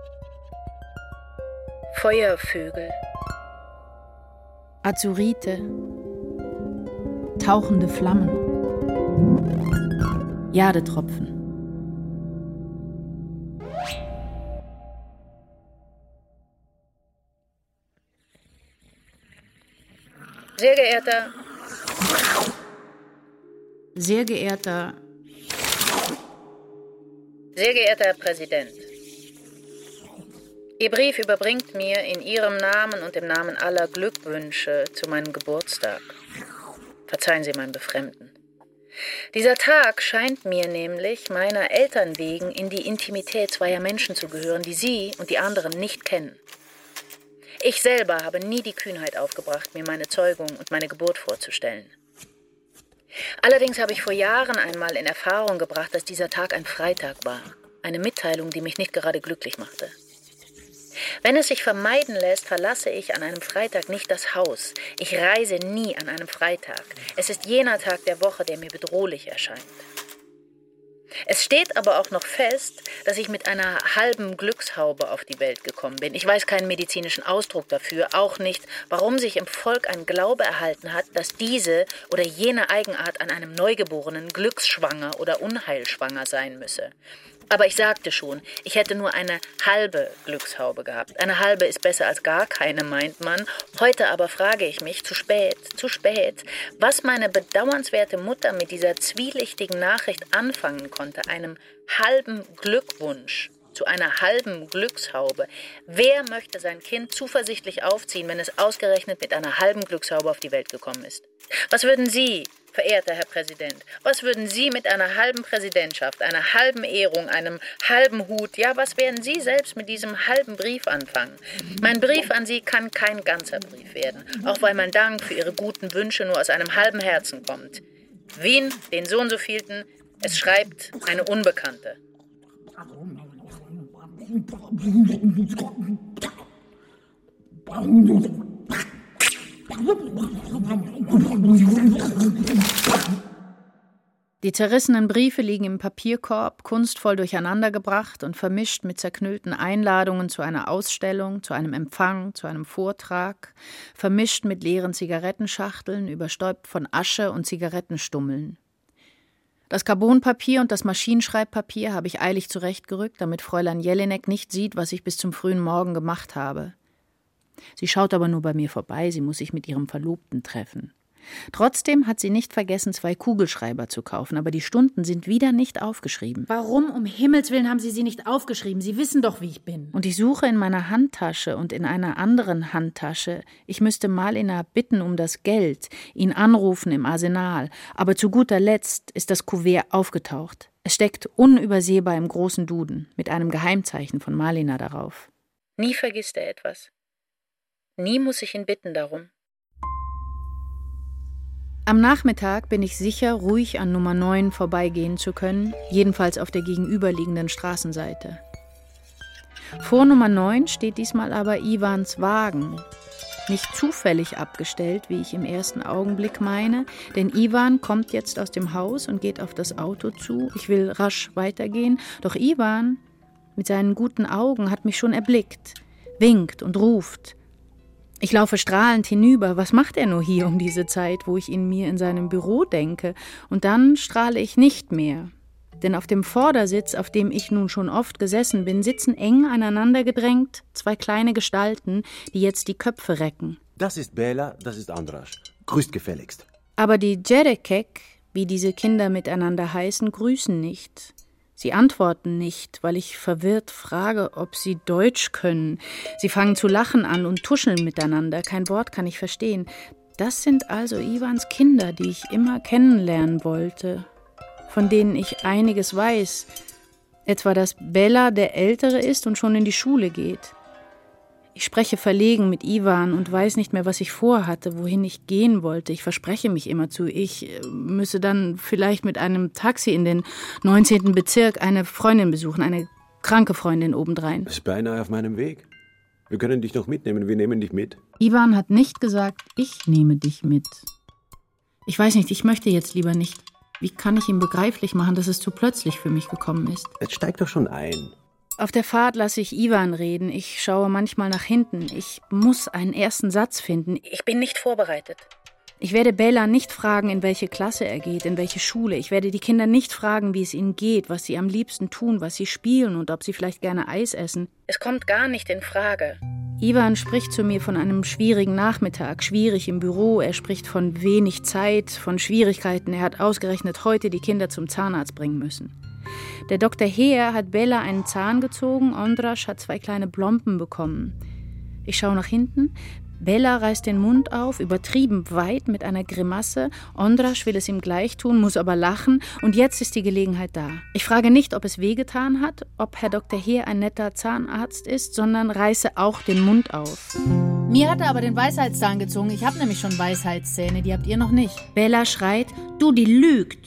Feuervögel. Azurite. Tauchende Flammen. Jadetropfen. Sehr geehrter Herr Präsident, Ihr Brief überbringt mir in Ihrem Namen und im Namen aller Glückwünsche zu meinem Geburtstag. Verzeihen Sie mein Befremden. Dieser Tag scheint mir nämlich meiner Eltern wegen in die Intimität zweier Menschen zu gehören, die Sie und die anderen nicht kennen. Ich selber habe nie die Kühnheit aufgebracht, mir meine Zeugung und meine Geburt vorzustellen. Allerdings habe ich vor Jahren einmal in Erfahrung gebracht, dass dieser Tag ein Freitag war. Eine Mitteilung, die mich nicht gerade glücklich machte. Wenn es sich vermeiden lässt, verlasse ich an einem Freitag nicht das Haus. Ich reise nie an einem Freitag. Es ist jener Tag der Woche, der mir bedrohlich erscheint. Es steht aber auch noch fest, dass ich mit einer halben Glückshaube auf die Welt gekommen bin. Ich weiß keinen medizinischen Ausdruck dafür, auch nicht, warum sich im Volk ein Glaube erhalten hat, dass diese oder jene Eigenart an einem Neugeborenen glücksschwanger oder unheilschwanger sein müsse. Aber ich sagte schon, ich hätte nur eine halbe Glückshaube gehabt. Eine halbe ist besser als gar keine, meint man. Heute aber frage ich mich, zu spät, was meine bedauernswerte Mutter mit dieser zwielichtigen Nachricht anfangen konnte, einem halben Glückwunsch zu einer halben Glückshaube. Wer möchte sein Kind zuversichtlich aufziehen, wenn es ausgerechnet mit einer halben Glückshaube auf die Welt gekommen ist? Was würden Sie, verehrter Herr Präsident, was würden Sie mit einer halben Präsidentschaft, einer halben Ehrung, einem halben Hut, ja, was werden Sie selbst mit diesem halben Brief anfangen? Mein Brief an Sie kann kein ganzer Brief werden, auch weil mein Dank für Ihre guten Wünsche nur aus einem halben Herzen kommt. Wien, den so und so vielten, es schreibt eine Unbekannte. Die zerrissenen Briefe liegen im Papierkorb, kunstvoll durcheinandergebracht und vermischt mit zerknüllten Einladungen zu einer Ausstellung, zu einem Empfang, zu einem Vortrag, vermischt mit leeren Zigarettenschachteln, überstäubt von Asche und Zigarettenstummeln. Das Carbonpapier und das Maschinenschreibpapier habe ich eilig zurechtgerückt, damit Fräulein Jelinek nicht sieht, was ich bis zum frühen Morgen gemacht habe. Sie schaut aber nur bei mir vorbei, sie muss sich mit ihrem Verlobten treffen. Trotzdem hat sie nicht vergessen, 2 Kugelschreiber zu kaufen, aber die Stunden sind wieder nicht aufgeschrieben. Warum um Himmels Willen haben Sie sie nicht aufgeschrieben? Sie wissen doch, wie ich bin. Und ich suche in meiner Handtasche und in einer anderen Handtasche. Ich müsste Malina bitten um das Geld, ihn anrufen im Arsenal. Aber zu guter Letzt ist das Kuvert aufgetaucht. Es steckt unübersehbar im großen Duden mit einem Geheimzeichen von Malina darauf. Nie vergisst er etwas. Nie muss ich ihn bitten darum. Am Nachmittag bin ich sicher, ruhig an Nummer 9 vorbeigehen zu können, jedenfalls auf der gegenüberliegenden Straßenseite. Vor Nummer 9 steht diesmal aber Iwans Wagen. Nicht zufällig abgestellt, wie ich im ersten Augenblick meine, denn Iwan kommt jetzt aus dem Haus und geht auf das Auto zu. Ich will rasch weitergehen, doch Iwan mit seinen guten Augen hat mich schon erblickt, winkt und ruft. Ich laufe strahlend hinüber. Was macht er nur hier um diese Zeit, wo ich ihn mir in seinem Büro denke? Und dann strahle ich nicht mehr. Denn auf dem Vordersitz, auf dem ich nun schon oft gesessen bin, sitzen eng aneinander gedrängt 2 kleine Gestalten, die jetzt die Köpfe recken. Das ist Bela, das ist Andras. Grüßt gefälligst. Aber die Djerekek, wie diese Kinder miteinander heißen, grüßen nicht. Sie antworten nicht, weil ich verwirrt frage, ob sie Deutsch können. Sie fangen zu lachen an und tuscheln miteinander. Kein Wort kann ich verstehen. Das sind also Iwans Kinder, die ich immer kennenlernen wollte, von denen ich einiges weiß. Etwa, dass Bela der Ältere ist und schon in die Schule geht. Ich spreche verlegen mit Iwan und weiß nicht mehr, was ich vorhatte, wohin ich gehen wollte. Ich verspreche mich immerzu, ich müsse dann vielleicht mit einem Taxi in den 19. Bezirk eine Freundin besuchen, eine kranke Freundin obendrein. Das ist beinahe auf meinem Weg. Wir können dich doch mitnehmen, wir nehmen dich mit. Iwan hat nicht gesagt, ich nehme dich mit. Ich weiß nicht, ich möchte jetzt lieber nicht. Wie kann ich ihm begreiflich machen, dass es zu plötzlich für mich gekommen ist? Jetzt steig doch schon ein. Auf der Fahrt lasse ich Iwan reden. Ich schaue manchmal nach hinten. Ich muss einen ersten Satz finden. Ich bin nicht vorbereitet. Ich werde Bela nicht fragen, in welche Klasse er geht, in welche Schule. Ich werde die Kinder nicht fragen, wie es ihnen geht, was sie am liebsten tun, was sie spielen und ob sie vielleicht gerne Eis essen. Es kommt gar nicht in Frage. Iwan spricht zu mir von einem schwierigen Nachmittag, schwierig im Büro. Er spricht von wenig Zeit, von Schwierigkeiten. Er hat ausgerechnet heute die Kinder zum Zahnarzt bringen müssen. Der Dr. Heer hat Bela einen Zahn gezogen, Andras hat 2 kleine Plomben bekommen. Ich schaue nach hinten. Bela reißt den Mund auf, übertrieben weit mit einer Grimasse. Andras will es ihm gleich tun, muss aber lachen. Und jetzt ist die Gelegenheit da. Ich frage nicht, ob es wehgetan hat, ob Herr Dr. Heer ein netter Zahnarzt ist, sondern reiße auch den Mund auf. Mir hat er aber den Weisheitszahn gezogen. Ich habe nämlich schon Weisheitszähne, die habt ihr noch nicht. Bela schreit, du, die lügt.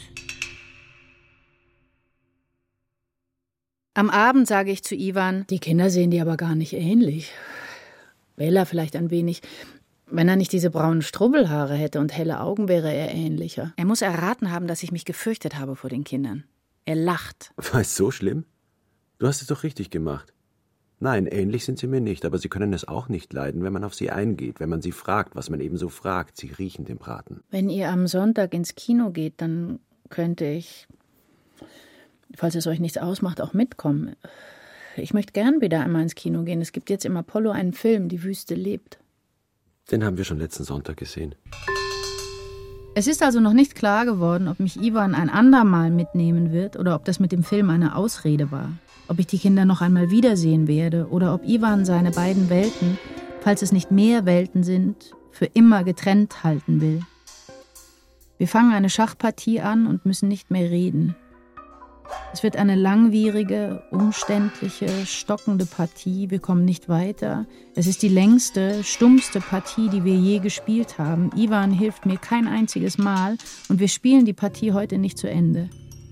Am Abend sage ich zu Iwan, die Kinder sehen dir aber gar nicht ähnlich. Bela vielleicht ein wenig. Wenn er nicht diese braunen Strubbelhaare hätte und helle Augen, wäre er ähnlicher. Er muss erraten haben, dass ich mich gefürchtet habe vor den Kindern. Er lacht. War es so schlimm? Du hast es doch richtig gemacht. Nein, ähnlich sind sie mir nicht, aber sie können es auch nicht leiden, wenn man auf sie eingeht, wenn man sie fragt, was man eben so fragt. Sie riechen den Braten. Wenn ihr am Sonntag ins Kino geht, dann könnte ich, falls es euch nichts ausmacht, auch mitkommen. Ich möchte gern wieder einmal ins Kino gehen. Es gibt jetzt im Apollo einen Film, Die Wüste lebt. Den haben wir schon letzten Sonntag gesehen. Es ist also noch nicht klar geworden, ob mich Iwan ein andermal mitnehmen wird oder ob das mit dem Film eine Ausrede war. Ob ich die Kinder noch einmal wiedersehen werde oder ob Iwan seine beiden Welten, falls es nicht mehr Welten sind, für immer getrennt halten will. Wir fangen eine Schachpartie an und müssen nicht mehr reden. Es wird eine langwierige, umständliche, stockende Partie. Wir kommen nicht weiter. Es ist die längste, stumpfste Partie, die wir je gespielt haben. Iwan hilft mir kein einziges Mal und wir spielen die Partie heute nicht zu Ende.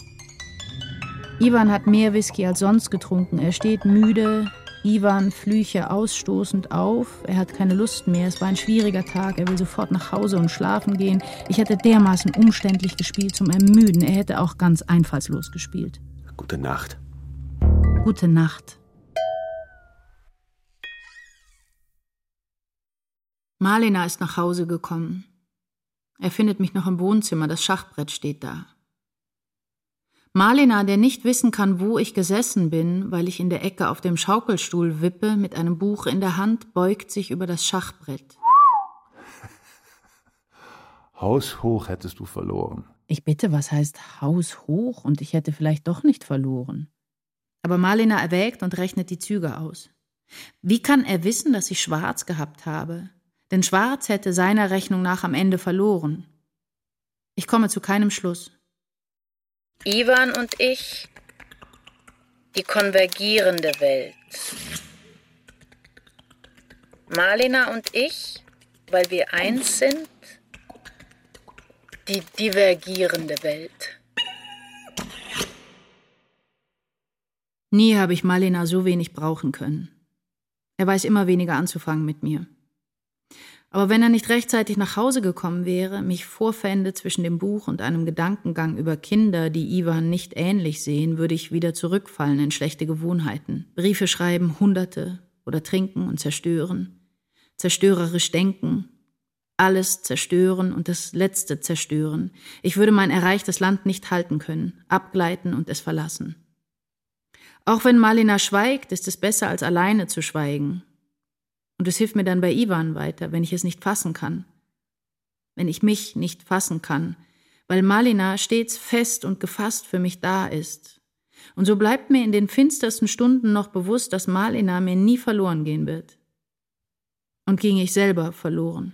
Iwan hat mehr Whisky als sonst getrunken. Er steht müde. Iwan Flüche ausstoßend auf. Er hat keine Lust mehr. Es war ein schwieriger Tag. Er will sofort nach Hause und schlafen gehen. Ich hätte dermaßen umständlich gespielt zum Ermüden. Er hätte auch ganz einfallslos gespielt. Gute Nacht. Gute Nacht. Marlena ist nach Hause gekommen. Er findet mich noch im Wohnzimmer. Das Schachbrett steht da. Marlena, der nicht wissen kann, wo ich gesessen bin, weil ich in der Ecke auf dem Schaukelstuhl wippe, mit einem Buch in der Hand, beugt sich über das Schachbrett. Haushoch hättest du verloren. Ich bitte, was heißt haushoch? Und ich hätte vielleicht doch nicht verloren. Aber Marlena erwägt und rechnet die Züge aus. Wie kann er wissen, dass ich Schwarz gehabt habe? Denn Schwarz hätte seiner Rechnung nach am Ende verloren. Ich komme zu keinem Schluss. Iwan und ich, die konvergierende Welt. Marlena und ich, weil wir eins sind, die divergierende Welt. Nie habe ich Marlena so wenig brauchen können. Er weiß immer weniger anzufangen mit mir. Aber wenn er nicht rechtzeitig nach Hause gekommen wäre, mich vorfände zwischen dem Buch und einem Gedankengang über Kinder, die Iwan nicht ähnlich sehen, würde ich wieder zurückfallen in schlechte Gewohnheiten. Briefe schreiben, Hunderte, oder trinken und zerstören. Zerstörerisch denken, alles zerstören und das Letzte zerstören. Ich würde mein erreichtes Land nicht halten können, abgleiten und es verlassen. Auch wenn Marlena schweigt, ist es besser, als alleine zu schweigen. Und es hilft mir dann bei Iwan weiter, wenn ich es nicht fassen kann. Wenn ich mich nicht fassen kann, weil Marlena stets fest und gefasst für mich da ist. Und so bleibt mir in den finstersten Stunden noch bewusst, dass Marlena mir nie verloren gehen wird. Und ging ich selber verloren.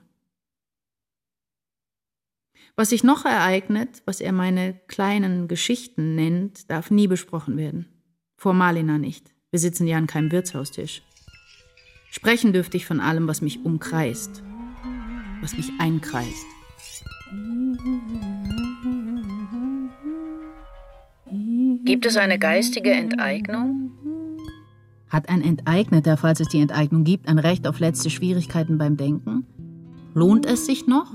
Was sich noch ereignet, was er meine kleinen Geschichten nennt, darf nie besprochen werden. Vor Marlena nicht. Wir sitzen ja an keinem Wirtshaustisch. Sprechen dürfte ich von allem, was mich umkreist, was mich einkreist. Gibt es eine geistige Enteignung? Hat ein Enteigneter, falls es die Enteignung gibt, ein Recht auf letzte Schwierigkeiten beim Denken? Lohnt es sich noch?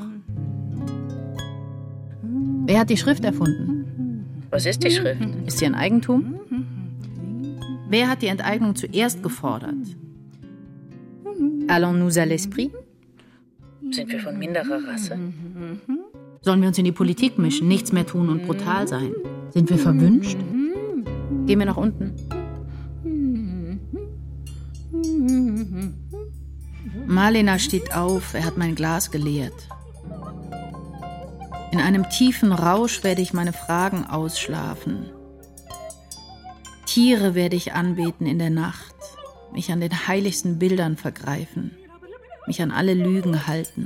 Wer hat die Schrift erfunden? Was ist die Schrift? Ist sie ein Eigentum? Wer hat die Enteignung zuerst gefordert? Allons-nous à l'esprit? Sind wir von minderer Rasse? Sollen wir uns in die Politik mischen, nichts mehr tun und brutal sein? Sind wir verwünscht? Gehen wir nach unten. Marlena steht auf, er hat mein Glas geleert. In einem tiefen Rausch werde ich meine Fragen ausschlafen. Tiere werde ich anbeten in der Nacht, mich an den heiligsten Bildern vergreifen, mich an alle Lügen halten.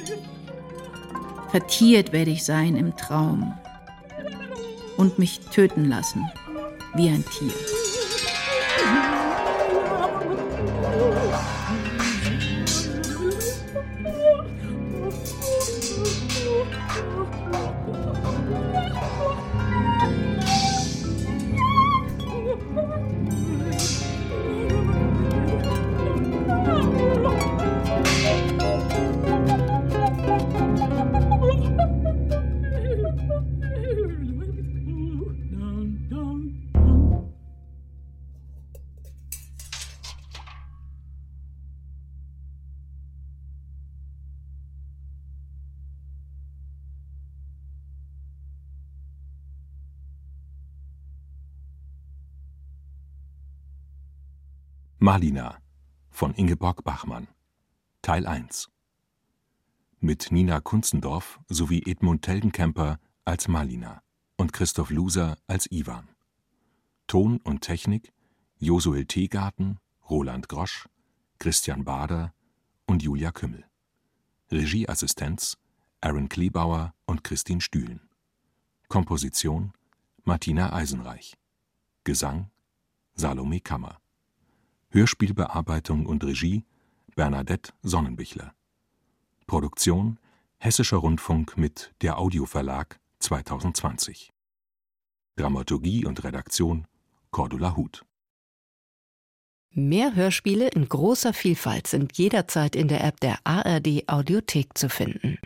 Vertiert werde ich sein im Traum und mich töten lassen, wie ein Tier. Malina von Ingeborg Bachmann Teil 1 mit Nina Kunzendorf sowie Edmund Telgenkemper als Malina und Christoph Luser als Iwan. Ton und Technik Josuel Teegarten, Roland Grosch, Christian Bader und Julia Kümmel. Regieassistenz Aaron Kleebauer und Christine Stühlen. Komposition Martina Eisenreich. Gesang Salome Kammer. Hörspielbearbeitung und Regie Bernadette Sonnenbichler. Produktion Hessischer Rundfunk mit Der Audioverlag 2020. Dramaturgie und Redaktion Cordula Huth. Mehr Hörspiele in großer Vielfalt sind jederzeit in der App der ARD Audiothek zu finden.